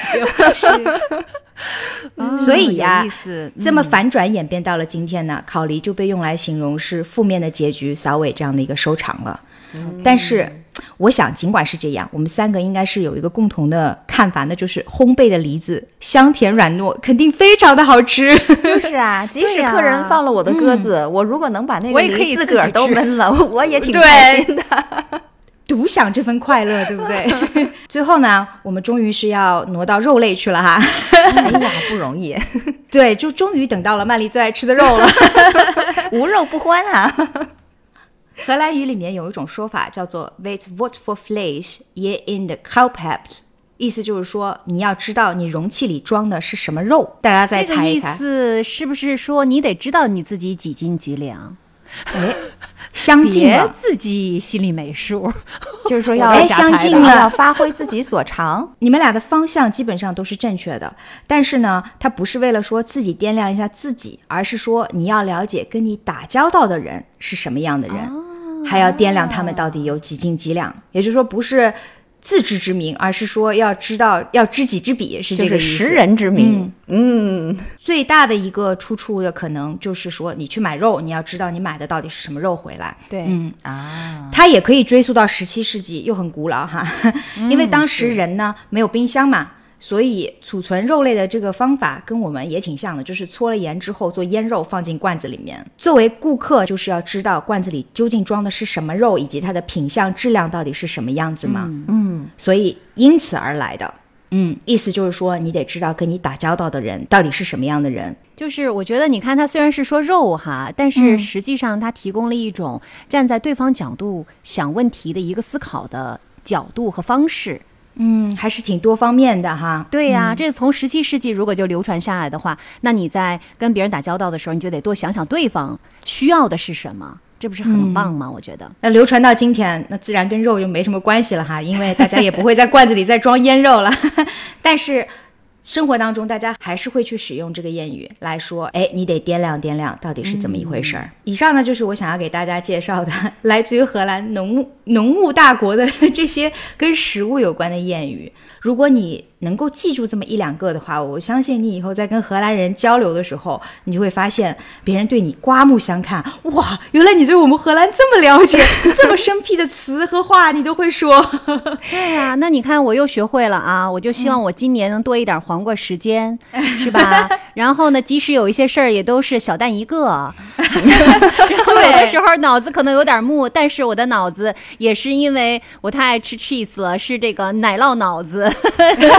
嗯、所以呀、 啊嗯， 这么反转演变到了今天呢，烤梨就被用来形容是负面的结局、扫尾这样的一个收场了。嗯、但是我想尽管是这样，我们三个应该是有一个共同的看法，那就是烘焙的梨子香甜软糯，肯定非常的好吃。 就是啊，即使客人放了我的鸽子、啊、我如果能把那个梨自个儿都焖了，我也挺开心的。 独享这份快乐，对不对？最后呢，我们终于是要挪到肉类去了哈。 哎呀，不容易。 对，就终于等到了曼丽最爱吃的肉了。 无肉不欢啊。 荷兰语里面有一种说法叫做 "Weet wat voor vlees je in de kuip hebt"， 意思就是说你要知道你容器里装的是什么肉。大家再猜一猜， 这个意思是不是说你得知道你自己几斤几两？ 哎，相近了， 别自己心里没数， 就是说要哎相近了， 要发挥自己所长。 你们俩的方向基本上都是正确的，但是呢，它不是为了说自己掂量一下自己，而是说你要了解跟你打交道的人是什么样的人。哦，还要掂量他们到底有几斤几两，也就是说不是自知之明，而是说要知道要知己知彼，是这个意思， 就是识人之明。嗯, 嗯， 最大的一个出处的可能就是说，你去买肉，你要知道你买的到底是什么肉回来。 对， 嗯啊， 它也可以追溯到十七世纪，又很古老哈，嗯、因为当时人呢没有冰箱嘛。所以储存肉类的这个方法跟我们也挺像的，就是搓了盐之后做腌肉放进罐子里面。作为顾客就是要知道罐子里究竟装的是什么肉，以及它的品相质量到底是什么样子嘛。 嗯，嗯， 所以因此而来的。嗯，意思就是说你得知道跟你打交道的人到底是什么样的人。 就是我觉得你看他虽然是说肉哈，但是实际上他提供了一种站在对方角度想问题的一个思考的角度和方式。 嗯，还是挺多方面的哈。 对呀、啊嗯，这从十七世纪如果就流传下来的话，那你在跟别人打交道的时候，你就得多想想对方需要的是什么，这不是很棒吗？嗯、我觉得。 那流传到今天，那自然跟肉就没什么关系了哈，因为大家也不会在罐子里再装腌肉了。但是生活当中大家还是会去使用这个谚语来说，哎，你得掂量掂量到底是怎么一回事儿、嗯。以上呢就是我想要给大家介绍的来自于荷兰农农牧大国的这些跟食物有关的谚语。如果你能够记住这么一两个的话，我相信你以后在跟荷兰人交流的时候，你就会发现别人对你刮目相看。哇，原来你对我们荷兰这么了解，这么生僻的词和话你都会说。 对呀、啊，那你看我又学会了啊！我就希望我今年能多一点黄瓜时间，嗯、是吧？然后呢，即使有一些事儿也都是小蛋一个。然后有的时候脑子可能有点木，但是我的脑子也是因为我太爱吃 cheese 了，是这个奶酪脑子。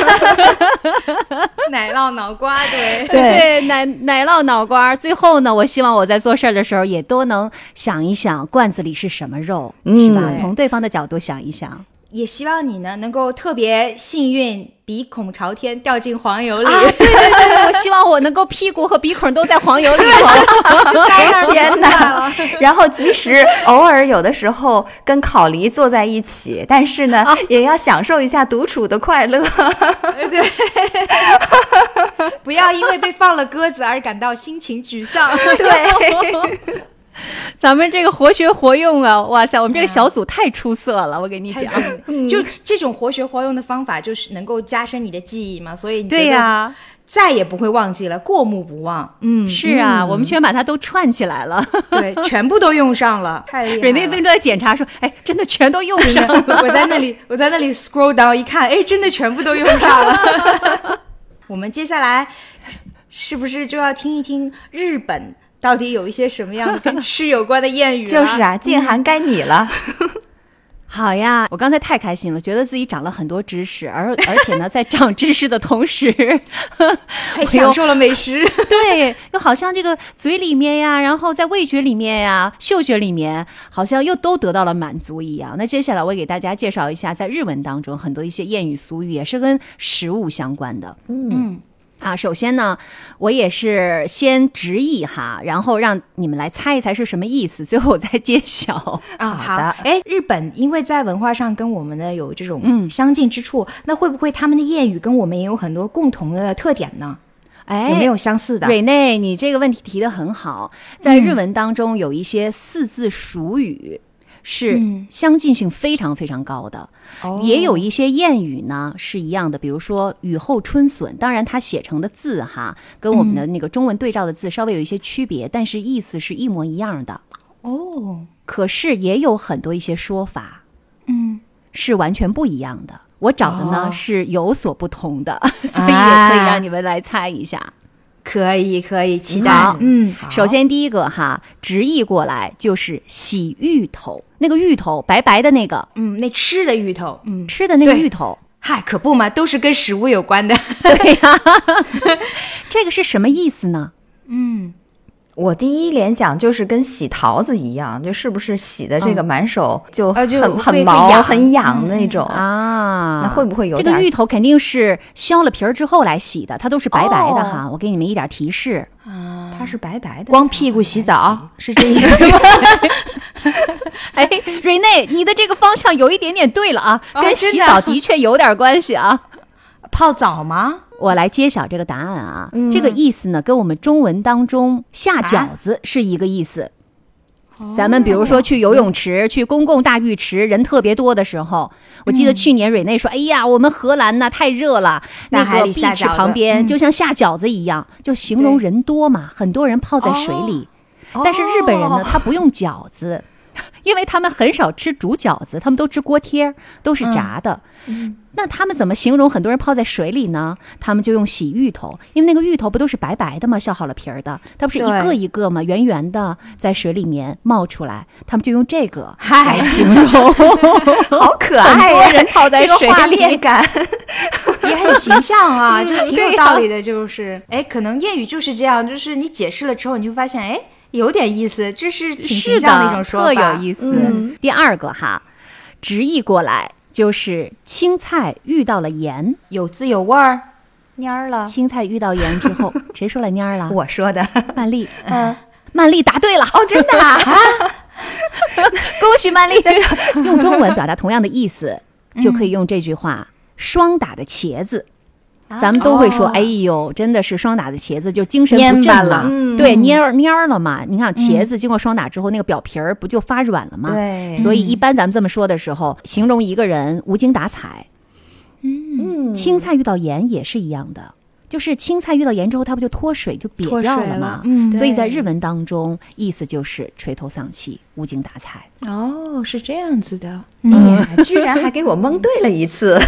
奶酪脑瓜，对对，奶奶酪脑瓜。最后呢，我希望我在做事儿的时候也都能想一想罐子里是什么肉，嗯、是吧？从对方的角度想一想。 也希望你呢能够特别幸运，鼻孔朝天掉进黄油里。啊、 对对对对，我希望我能够屁股和鼻孔都在黄油里头。 天哪！然后即使偶尔有的时候跟烤梨坐在一起，但是呢、啊、也要享受一下独处的快乐。 对，不要因为被放了鸽子而感到心情沮丧。 对。 咱们这个活学活用啊，哇塞，我们这个小组太出色了，我给你讲， 就这种活学活用的方法就是能够加深你的记忆嘛，所以你对呀， 再也不会忘记了，过目不忘。 嗯，是啊、嗯、我们全把它都串起来了。 对，全部都用上了。太厉害了。 瑞内正在检查说，哎，真的全都用上了。 我在那里我在那里 scroll down 一看，哎，真的全部都用上了。我们接下来是不是就要听一听日本到底有一些什么样的跟吃有关的谚语、啊、 就是啊，静涵该你了。 好呀，我刚才太开心了，觉得自己长了很多知识，而而且呢，在长知识的同时， 还享受了美食。 对，又好像这个嘴里面呀，然后在味觉里面呀、嗅觉里面，好像又都得到了满足一样。那接下来我给大家介绍一下，在日文当中很多一些谚语俗语也是跟食物相关的。嗯。啊，首先呢，我也是先直译哈，然后让你们来猜一猜是什么意思，最后我再揭晓。 啊，好的。哎，日本因为在文化上跟我们的有这种相近之处，嗯、那会不会他们的谚语跟我们也有很多共同的特点呢？哎，有没有相似的？ 瑞内，你这个问题提得很好，在日文当中有一些四字俗语。嗯是相近性非常非常高的、嗯、也有一些谚语呢是一样的，比如说雨后春笋，当然它写成的字哈跟我们的那个中文对照的字稍微有一些区别、嗯、但是意思是一模一样的哦。可是也有很多一些说法嗯是完全不一样的，我找的呢、哦、是有所不同的，所以也可以让你们来猜一下、啊可以可以，期待。 嗯，首先第一个哈，直译过来就是洗芋头，那个芋头白白的那个， 嗯，那吃的芋头，嗯， 吃的那个芋头， 嗨，可不嘛，都是跟食物有关的。 对呀、啊，这个是什么意思呢？ 嗯。我第一联想就是跟洗桃子一样，就是不是洗的这个满手就很、嗯呃、很毛很痒那种、嗯、 啊？ 那会不会有点这个芋头肯定是削了皮儿之后来洗的，它都是白白的哈。哦、我给你们一点提示啊，它是白白的， 光屁股洗澡是这意思吗？ 哎，瑞内，你的这个方向有一点点对了啊，哦、跟洗澡的确有点关系啊。 泡澡吗？ 我来揭晓这个答案啊、嗯、这个意思呢跟我们中文当中下饺子是一个意思、啊、咱们比如说去游泳池、哦、去公共大浴池人特别多的时候，我记得去年瑞内说、嗯、哎呀我们荷兰呢太热了，那个碧池旁边就像下饺子一样、嗯、就形容人多嘛，很多人泡在水里、哦、但是日本人呢、哦、他不用饺子，因为他们很少吃煮饺子，他们都吃锅贴，都是炸的、嗯嗯、那他们怎么形容很多人泡在水里呢？他们就用洗芋头，因为那个芋头不都是白白的吗？削好了皮儿的，它不是一个一个吗？圆圆的在水里面冒出来，他们就用这个来形容。 好可爱、啊、 很多人泡在水里、 这个、画面感也很形象啊，就挺有道理的。就是哎、啊，可能谚语就是这样，就是你解释了之后你就发现哎有点意思，这是挺形象的一种说法， 特有意思、嗯、第二个哈，直译过来就是青菜遇到了盐， 有滋有味儿，蔫儿了。 青菜遇到盐之后，谁说了蔫儿了？ 我说的， 曼丽。嗯，曼丽答对了。 哦，真的啊！ 恭喜曼丽。用中文表达同样的意思，就可以用这句话：双打的茄子。咱们都会说、哦、哎呦真的是双打的茄子就精神不振了、嗯、对蔫儿蔫儿了嘛。你看茄子经过双打之后、嗯、那个表皮儿不就发软了吗？ 对， 所以一般咱们这么说的时候、嗯、形容一个人无精打采。嗯，青菜遇到盐也是一样的，就是青菜遇到盐之后它不就脱水就瘪掉了吗？嗯，所以在日文当中意思就是垂头丧气无精打采。 哦，是这样子的。 嗯，居然还给我蒙对了一次。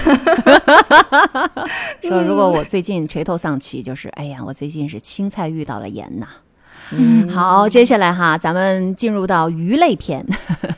说如果我最近垂头丧气，就是哎呀我最近是青菜遇到了盐呐。嗯，好，接下来哈咱们进入到鱼类篇。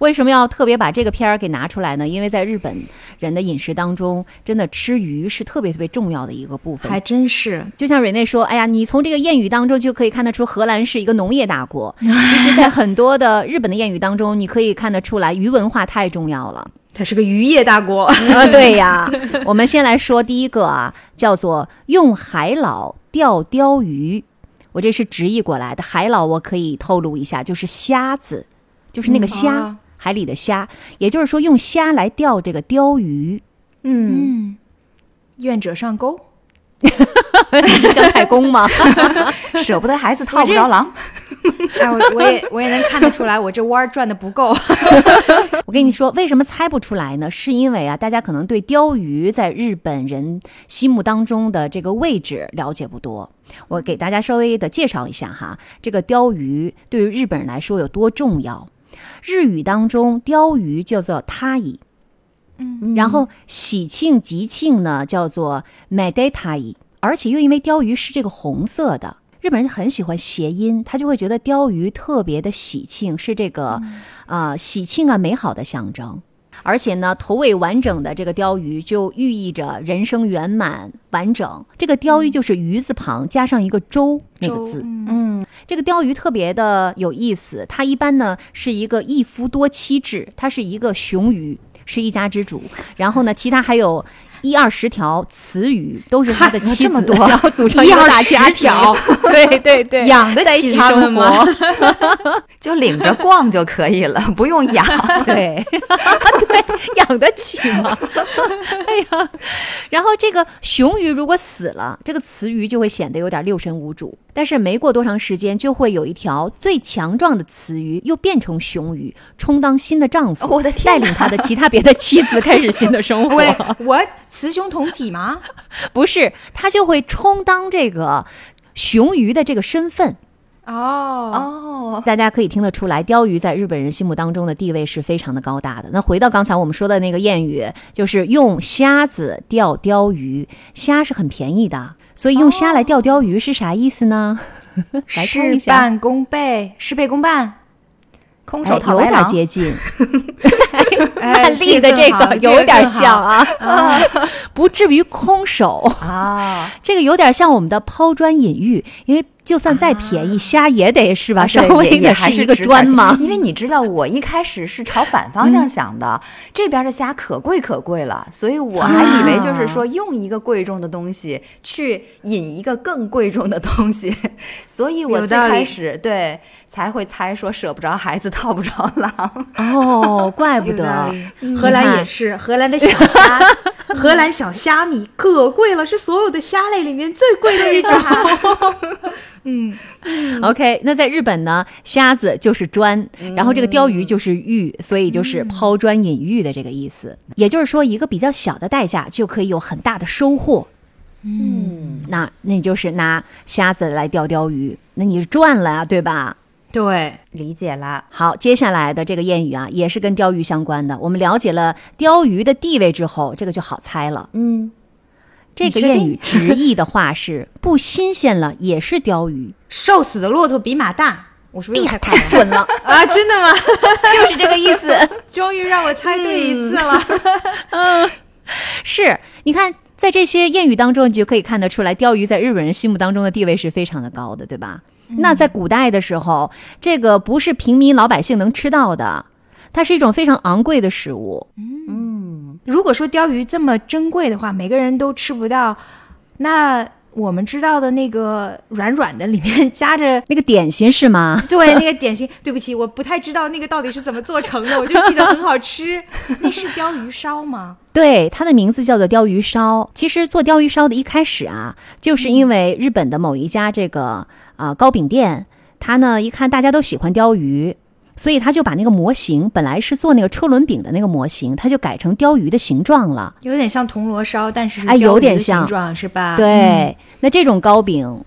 为什么要特别把这个片儿给拿出来呢？因为在日本人的饮食当中，真的吃鱼是特别特别重要的一个部分。 还真是， 就像瑞内说，哎呀，你从这个谚语当中就可以看得出荷兰是一个农业大国。其实在很多的日本的谚语当中，你可以看得出来鱼文化太重要了， 它是个渔业大国。 啊，对呀。我们先来说第一个啊，叫做用海老钓鲷鱼。我这是直译过来的，海老我可以透露一下，就是虾子，就是那个虾、嗯、海里的虾，也就是说用虾来钓这个鲷鱼。 嗯，愿者上钩。 你是姜太公吗？ 舍不得孩子套不着狼。 哎，我我也我也能看得出来，我这弯转的不够。 我跟你说，为什么猜不出来呢？是因为啊，大家可能对鲷鱼在日本人心目当中的这个位置了解不多。我给大家稍微的介绍一下哈，这个鲷鱼对于日本人来说有多重要。日语当中，鲷鱼叫做タイ。嗯，然后喜庆吉庆呢叫做 medetai， 而且又因为鲷鱼是这个红色的，日本人很喜欢谐音，他就会觉得鲷鱼特别的喜庆，是这个啊、嗯呃、喜庆啊美好的象征。而且呢，头尾完整的这个鲷鱼就寓意着人生圆满完整。这个鲷鱼就是鱼字旁加上一个周那个字。嗯，这个鲷鱼特别的有意思，它一般呢是一个一夫多妻制，它是一个雄鱼，是一家之主，然后呢，其他还有一二十条雌鱼，都是他的妻子，然后组成一个大家庭。对对对， 养得起他们吗？ 就领着逛就可以了，不用养。 对对，养得起吗？哎呀，然后这个雄鱼如果死了，这个雌鱼就会显得有点六神无主。但是没过多长时间，就会有一条最强壮的雌鱼又变成雄鱼，充当新的丈夫， 我的天， 带领他的其他别的妻子开始新的生活。 喂，我雌雄同体吗？ 不是，他就会充当这个雄鱼的这个身份。 哦哦， 大家可以听得出来，鲷鱼在日本人心目当中的地位是非常的高大的。那回到刚才我们说的那个谚语，就是用虾子钓鲷鱼，虾是很便宜的，所以用虾来钓鲷鱼是啥意思呢？ 哦、来猜一下。事半功倍，事倍功半， 空手套白狼， 有点接近。 哎， 立的这个有点像啊，啊不至于空手啊。 这个有点像我们的抛砖引玉，因为就算再便宜，啊、虾也得是吧？ 啊、 稍微的是一个砖嘛。 因为你知道，我一开始是朝反方向想的，嗯、这边的虾可贵可贵了，所以我还以为就是说用一个贵重的东西去引一个更贵重的东西，所以我最开始对。才会猜说舍不着孩子套不着狼。 哦，怪不得荷兰也是，荷兰的小虾，荷兰小虾米可贵了，是所有的虾类里面最贵的一种。嗯 ，OK， 那在日本呢，虾子就是砖，然后这个鲷鱼就是玉，所以就是抛砖引玉的这个意思。嗯、也就是说，一个比较小的代价就可以有很大的收获。嗯，那那就是拿虾子来钓鲷鱼，那你是赚了啊，对吧？ 对， 理解了。 好，接下来的这个谚语啊，也是跟鲷鱼相关的。我们了解了鲷鱼的地位之后，这个就好猜了。嗯，这个谚语直译的话是“不新鲜了也是鲷鱼”。 瘦死的骆驼比马大，我是不是太快了？ 太准了啊！真的吗？ 就是这个意思。 终于让我猜对一次了。 嗯，是，你看。在这些谚语当中，你就可以看得出来，鲷鱼在日本人心目当中的地位是非常的高的，对吧？嗯、那在古代的时候，这个不是平民老百姓能吃到的，它是一种非常昂贵的食物。 嗯，如果说鲷鱼这么珍贵的话，每个人都吃不到，那我们知道的那个软软的里面夹着那个点心是吗？ 对，那个点心，对不起，我不太知道那个到底是怎么做成的，我就记得很好吃。那是鲷鱼烧吗？ 对，它的名字叫做鲷鱼烧。其实做鲷鱼烧的一开始啊，就是因为日本的某一家这个啊、呃、糕饼店，它呢一看大家都喜欢鲷鱼，所以他就把那个模型，本来是做那个车轮饼的那个模型，他就改成鲷鱼的形状了， 有点像铜锣烧，但是哎，有点像形状是吧？ 对、嗯，那这种糕饼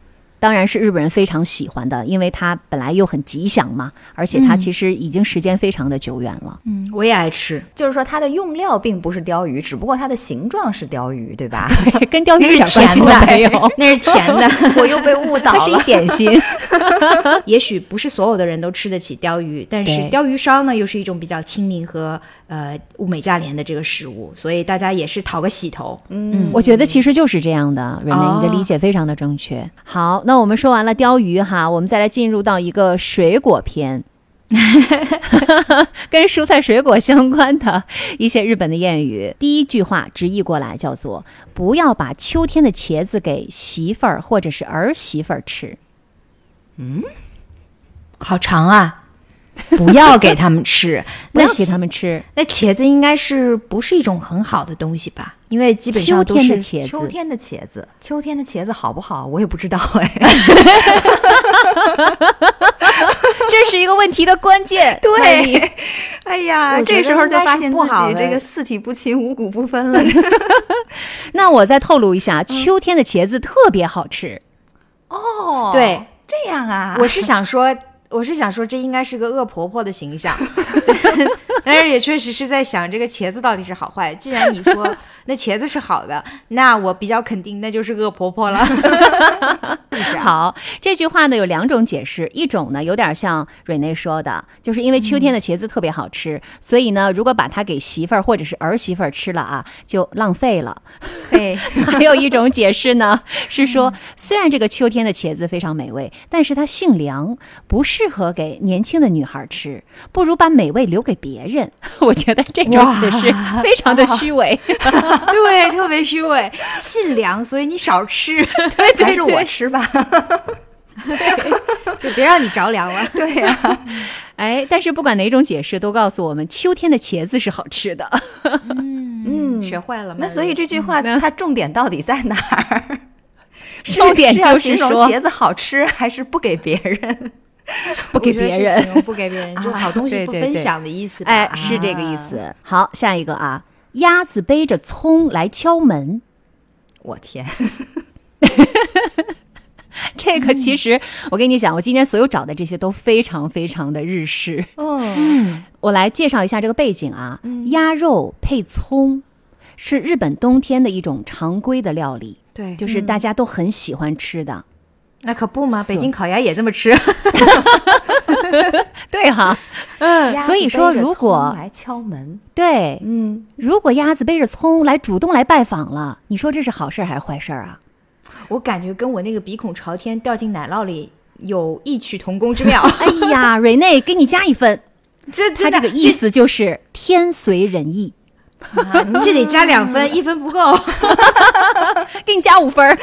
当然是日本人非常喜欢的，因为它本来又很吉祥嘛，而且它其实已经时间非常的久远了。 嗯，我也爱吃。 就是说它的用料并不是鲷鱼，只不过它的形状是鲷鱼，对吧？ 对，跟鲷鱼一点关系都没有， 那是甜的。 我又被误导了， 它是一点心。 也许不是所有的人都吃得起鲷鱼，但是鲷鱼烧呢又是一种比较亲民和呃物美价廉的这个食物，所以大家也是讨个喜头。 嗯，我觉得其实就是这样的，Renee、哦、你的理解非常的正确。好，那我们说完了鲷鱼哈，我们再来进入到一个水果篇。跟蔬菜水果相关的一些日本的谚语，第一句话直译过来叫做不要把秋天的茄子给媳妇儿或者是儿媳妇儿吃。 嗯，好长啊。不要给他们吃， 不要给他们吃。 那茄子应该是不是一种很好的东西吧？因为基本上都是秋天的茄子。秋天的茄子好不好？我也不知道哎。 这是一个问题的关键。 对，哎呀，这时候就发现自己这个四体不勤，五谷不分了。 那我再透露一下，秋天的茄子特别好吃。 哦， 对， 这样啊。 我是想说。我是想说这应该是个恶婆婆的形象。但是也确实是在想这个茄子到底是好坏。既然你说那茄子是好的，那我比较肯定那就是恶婆婆了。 好，这句话呢有两种解释，一种呢有点像瑞内说的，就是因为秋天的茄子特别好吃、嗯、所以呢如果把它给媳妇儿或者是儿媳妇儿吃了啊就浪费了。 嘿， 还有一种解释呢是说、嗯、虽然这个秋天的茄子非常美味，但是它性凉，不适合给年轻的女孩吃，不如把美味留给别人。我觉得这种解释非常的虚伪。 对，特别虚伪，性凉所以你少吃。 对对对，还是我吃吧。 对，就别让你着凉了。 对呀、啊， 哎，但是不管哪种解释都告诉我们秋天的茄子是好吃的。 嗯，学坏了。 那所以这句话、嗯、它重点到底在哪儿？ 重点就是说茄子好吃还是不给别人？ 不给别人， 不给别人，就好东西不分享的意思吧。 哎，是这个意思、啊。好，下一个啊，鸭子背着葱来敲门。 我天。 这个其实、嗯、我跟你讲，我今天所有找的这些都非常非常的日式。 嗯， 我来介绍一下这个背景啊，嗯、鸭肉配葱是日本冬天的一种常规的料理， 对， 就是大家都很喜欢吃的。嗯、 那可不嘛，北京烤鸭也这么吃。 对哈，嗯，所以说如果来敲门， 对， 嗯， 如果鸭子背着葱来主动来拜访了，你说这是好事还是坏事啊？ 我感觉跟我那个鼻孔朝天掉进奶酪里有异曲同工之妙。 哎呀，瑞内给你加一分， 这他这个意思就是天随人意。 啊、你这得加两分，一分不够， 给你加五分。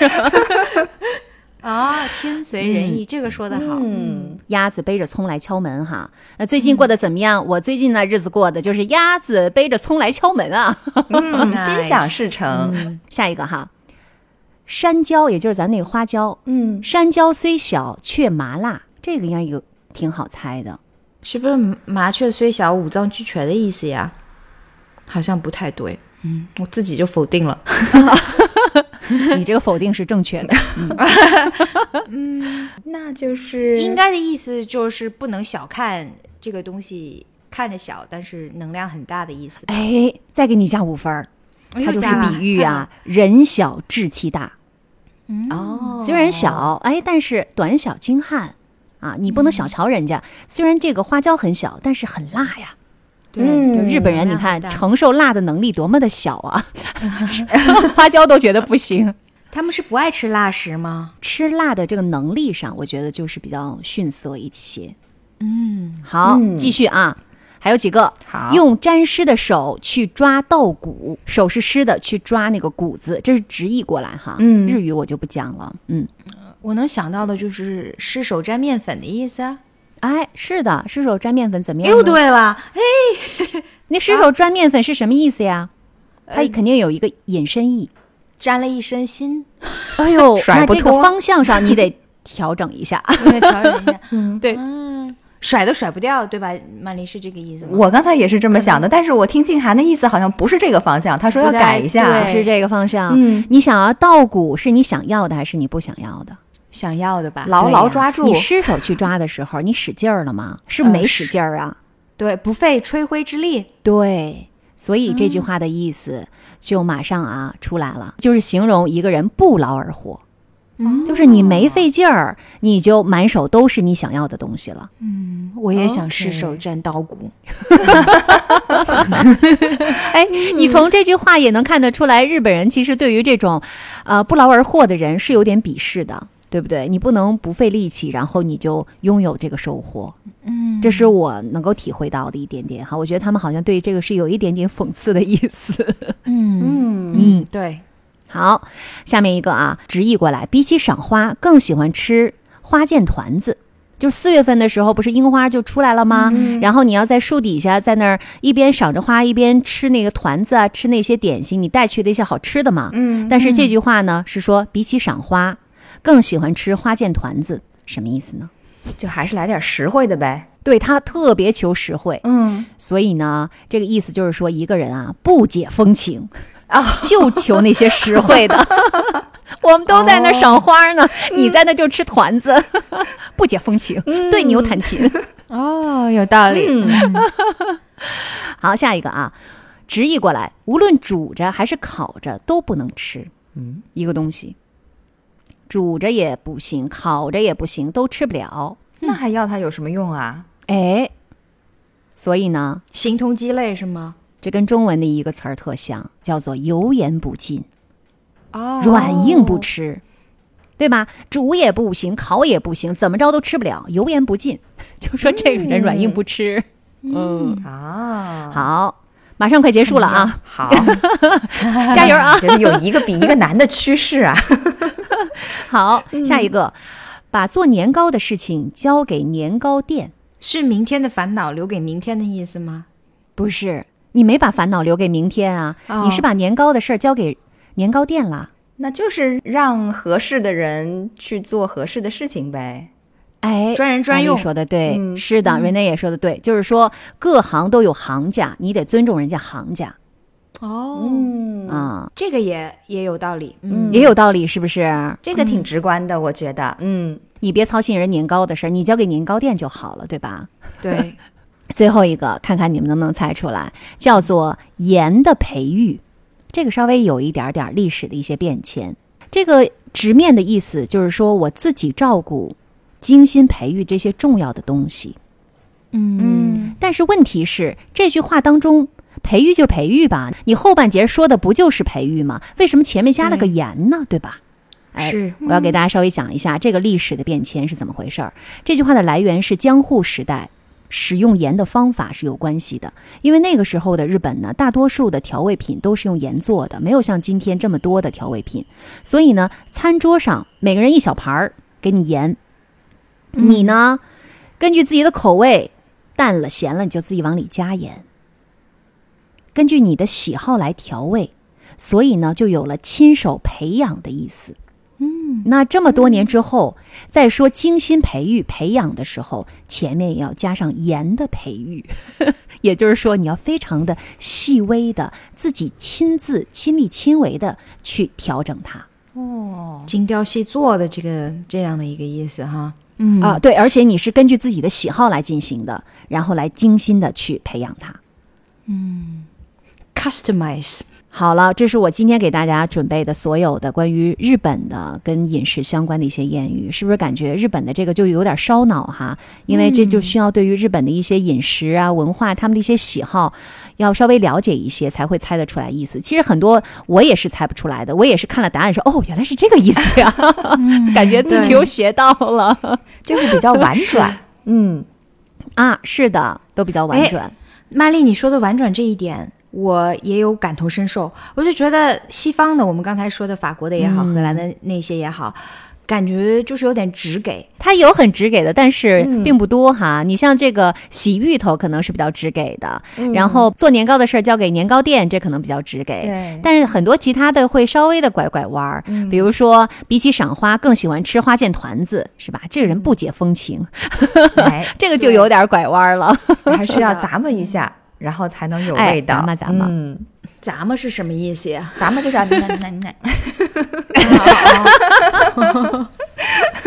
啊，天随人意、嗯、这个说得好。 嗯，鸭子背着葱来敲门哈。那最近过得怎么样、嗯、我最近呢日子过的就是鸭子背着葱来敲门啊。 嗯，心想事成、 嗯、下一个哈，山椒也就是咱那个花椒， 嗯， 山椒虽小却麻辣，这个应该有挺好猜的， 是不是麻雀虽小五脏俱全的意思呀？好像不太对，嗯，我自己就否定了。 你这个否定是正确的。 嗯，那就是应该的意思就是不能小看这个东西，看着小但是能量很大的意思。 哎，再给你加五分，它就是比喻啊，人小志气大。 嗯、哦， 虽然小，哎，但是短小精悍啊，你不能小瞧人家。嗯、虽然这个花椒很小，但是很辣呀。 对， 就日本人你看承受辣的能力多么的小啊。花椒都觉得不行。 他们是不爱吃辣食吗？ 吃辣的这个能力上我觉得就是比较逊色一些。 嗯， 好，嗯、继续啊，还有几个。 好， 用沾湿的手去抓稻谷，手是湿的去抓那个谷子，这是直译过来哈。 嗯， 日语我就不讲了。嗯， 我能想到的就是湿手沾面粉的意思啊。 哎，是的，湿手沾面粉怎么样？ 又对了，哎， 那湿手沾面粉是什么意思呀？啊、它肯定有一个引申义， 沾了一身腥。 哎呦，那这个方向上你得调整一下， 调整一下。 嗯，对， 嗯，甩都甩不掉，对吧？曼丽是这个意思吗？ 我刚才也是这么想的，但是我听静涵的意思好像不是这个方向，他说要改一下， 不是这个方向。 嗯， 你想要稻谷是你想要的还是你不想要的？ 想要的吧， 牢牢抓住。 你失手去抓的时候，你使劲儿了吗？是不是没使劲儿啊、呃？ 对，不费吹灰之力。 对，所以这句话的意思就马上啊出来了，就是形容一个人不劳而获。嗯，就是你没费劲儿，你就满手都是你想要的东西了。 嗯，我也想失手沾刀骨。 哎，你从这句话也能看得出来，日本人其实对于这种呃不劳而获的人是有点鄙视的，对不对？你不能不费力气，然后你就拥有这个收获。嗯，这是我能够体会到的一点点哈。我觉得他们好像对这个是有一点点讽刺的意思。 嗯嗯嗯，对。 好，下面一个啊，直译过来，比起赏花，更喜欢吃花见团子。就是四月份的时候，不是樱花就出来了吗？嗯、然后你要在树底下，在那儿一边赏着花，一边吃那个团子啊，吃那些点心，你带去的一些好吃的嘛。嗯。但是这句话呢，是说比起赏花，更喜欢吃花见团子，什么意思呢？ 就还是来点实惠的呗。 对，他特别求实惠。 嗯。 所以呢，这个意思就是说，一个人啊，不解风情。啊，就求那些实惠的。我们都在那赏花呢，哦、你在那就吃团子，嗯、不解风情，嗯、对牛弹琴。 哦，有道理。嗯、 好，下一个啊，直译过来，无论煮着还是烤着都不能吃。嗯，一个东西，煮着也不行，烤着也不行，都吃不了。 那还要它有什么用啊？ 哎，所以呢， 形同鸡肋是吗？ 这跟中文的一个词儿特像，叫做油盐不进。 哦， 软硬不吃，对吧？煮也不行，烤也不行，怎么着都吃不了，油盐不进，就说这个人软硬不吃。 嗯啊、 嗯，好，马上快结束了啊！ 嗯、好， 加油啊！ 觉得有一个比一个难的趋势啊。 好，下一个，把做年糕的事情交给年糕店， 是明天的烦恼留给明天的意思吗？ 不是。你没把烦恼留给明天啊、哦、你是把年糕的事儿交给年糕店了， 那就是让合适的人去做合适的事情呗。 哎， 专人专用， 说的对、 嗯、 是的、嗯、Renee 也说的对，就是说各行都有行家，你得尊重人家行家。 哦， 嗯啊， 这个也也有道理， 嗯，也有道理，是不是？ 这个挺直观的、嗯、我觉得。嗯， 你别操心人年糕的事儿，你交给年糕店就好了，对吧？ 对。 最后一个，看看你们能不能猜出来，叫做盐的培育。这个稍微有一点点历史的一些变迁。这个直面的意思就是说，我自己照顾、精心培育这些重要的东西。嗯，但是问题是，这句话当中，培育就培育吧，你后半截说的不就是培育吗？为什么前面加了个盐呢？对吧？哎， 是， 我要给大家稍微讲一下这个历史的变迁是怎么回事儿。这句话的来源是江户时代。使用盐的方法是有关系的，因为那个时候的日本呢，大多数的调味品都是用盐做的，没有像今天这么多的调味品，所以呢，餐桌上每个人一小盘儿给你盐，嗯、你呢根据自己的口味，淡了咸了你就自己往里加盐，根据你的喜好来调味，所以呢就有了亲手培养的意思。嗯，那这么多年之后，再说精心培育、培养的时候，前面也要加上盐的培育，也就是说，你要非常的细微的，自己亲自、亲力亲为的去调整它。 哦，精雕细作的这个这样的一个意思哈。 嗯啊，对，而且你是根据自己的喜好来进行的，然后来精心的去培养它。 嗯 ，customize。 好了，这是我今天给大家准备的所有的关于日本的跟饮食相关的一些谚语，是不是感觉日本的这个就有点烧脑哈？因为这就需要对于日本的一些饮食啊、文化，他们的一些喜好要稍微了解一些，才会猜得出来意思。其实很多我也是猜不出来的，我也是看了答案说，哦，原来是这个意思呀，嗯、感觉自己又学到了， 就是比较婉转。嗯， 啊，是的，都比较婉转。 曼丽，你说的婉转这一点。我也有感同身受，我就觉得西方的，我们刚才说的法国的也好、嗯、荷兰的那些也好，感觉就是有点直给。 它有很直给的，但是并不多哈、嗯、你像这个洗芋头可能是比较直给的、嗯、然后做年糕的事儿交给年糕店，这可能比较直给。 对， 但是很多其他的会稍微的拐拐弯、嗯、比如说比起赏花更喜欢吃花见团子，是吧？这个人不解风情、哎、这个就有点拐弯了， 还是要咂摸一下然后才能有味道。 咂摸咂摸， 嗯，咂摸是什么意思呀？ 咂摸就是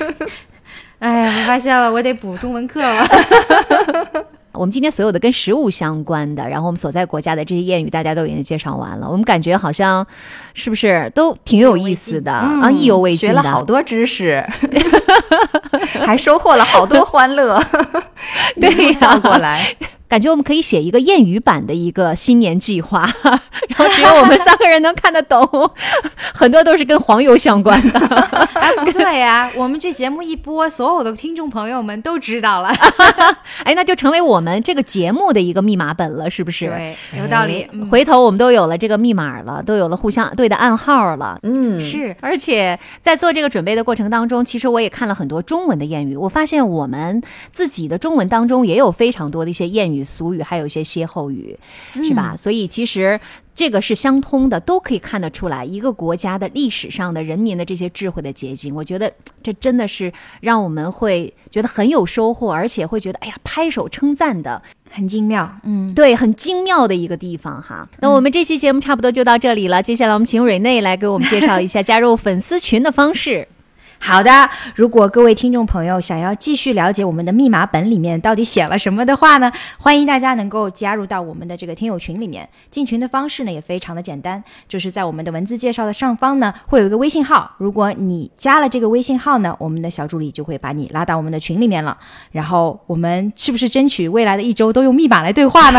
哎呀，我发现了，我得补中文课了。 我们今天所有的跟食物相关的，然后我们所在国家的这些谚语大家都已经介绍完了，我们感觉好像是不是都挺有意思的、嗯、啊，意犹未尽的， 学了好多知识还收获了好多欢乐对呀、啊、过来感觉我们可以写一个谚语版的一个新年计划，然后只有我们三个人能看得懂，很多都是跟黄油相关的。 哎，不对呀、啊，我们这节目一播，所有的听众朋友们都知道了。 哎，那就成为我们这个节目的一个密码本了，是不是？ 对，有道理。 嗯、回头我们都有了这个密码了，都有了互相对的暗号了。 嗯， 是。 而且在做这个准备的过程当中，其实我也看了很多中文的谚语，我发现我们自己的中文当中也有非常多的一些谚语俗语，还有一些歇后语、嗯、是吧？所以其实这个是相通的，都可以看得出来一个国家的历史上的人民的这些智慧的结晶。我觉得这真的是让我们会觉得很有收获，而且会觉得哎呀拍手称赞的， 很精妙。 嗯，对，很精妙的一个地方哈。那我们这期节目差不多就到这里了、嗯、接下来我们请蕊内来给我们介绍一下加入粉丝群的方式。 好的，如果各位听众朋友想要继续了解我们的密码本里面到底写了什么的话呢，欢迎大家能够加入到我们的这个听友群里面。进群的方式呢也非常的简单，就是在我们的文字介绍的上方呢会有一个微信号，如果你加了这个微信号呢，我们的小助理就会把你拉到我们的群里面了。然后我们是不是争取未来的一周都用密码来对话呢？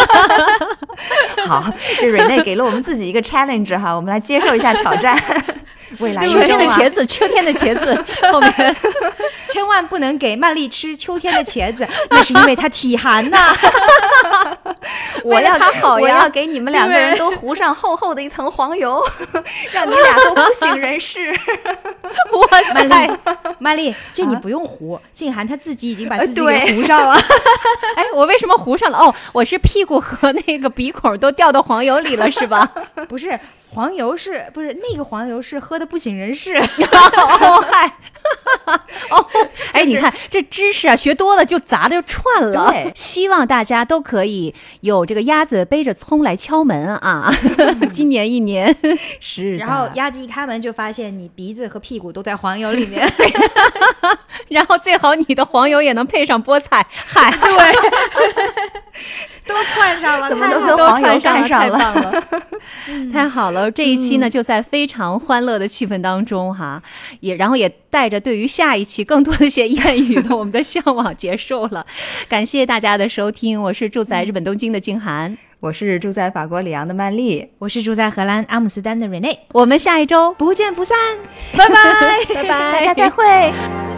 好，这蕊内给了我们自己一个 challenge 哈，我们来接受一下挑战。未来秋天的茄子，秋天的茄子后面千万不能给曼丽吃秋天的茄子，那是因为她体寒呐。 我要他好呀， 我要给你们两个人都糊上厚厚的一层黄油，让你俩都不省人事。 哇塞， 曼丽，曼丽，这你不用糊，静涵她自己已经把自己给糊上了。 哎，我为什么糊上了？哦，我是屁股和那个鼻孔都掉到黄油里了，是吧？ 不是。黄油是不是那个黄油是喝的不省人事？ 哦嗨，哦，哎，你看这知识啊，学多了就杂的就串了。 对， 希望大家都可以有这个鸭子背着葱来敲门啊！今年一年是， 然后鸭子一开门就发现你鼻子和屁股都在黄油里面， 然后最好你的黄油也能配上菠菜，嗨， 对。都串上了， 怎么都跟黄油干上了， 太棒了，太好了！这一期呢，就在非常欢乐的气氛当中哈，也然后也带着对于下一期更多的一些谚语的我们的向往结束了。感谢大家的收听，我是住在日本东京的静涵， 我是住在法国里昂的曼丽， 我是住在荷兰阿姆斯丹的 Renee， 我们下一周不见不散，拜拜， 拜拜，大家再会。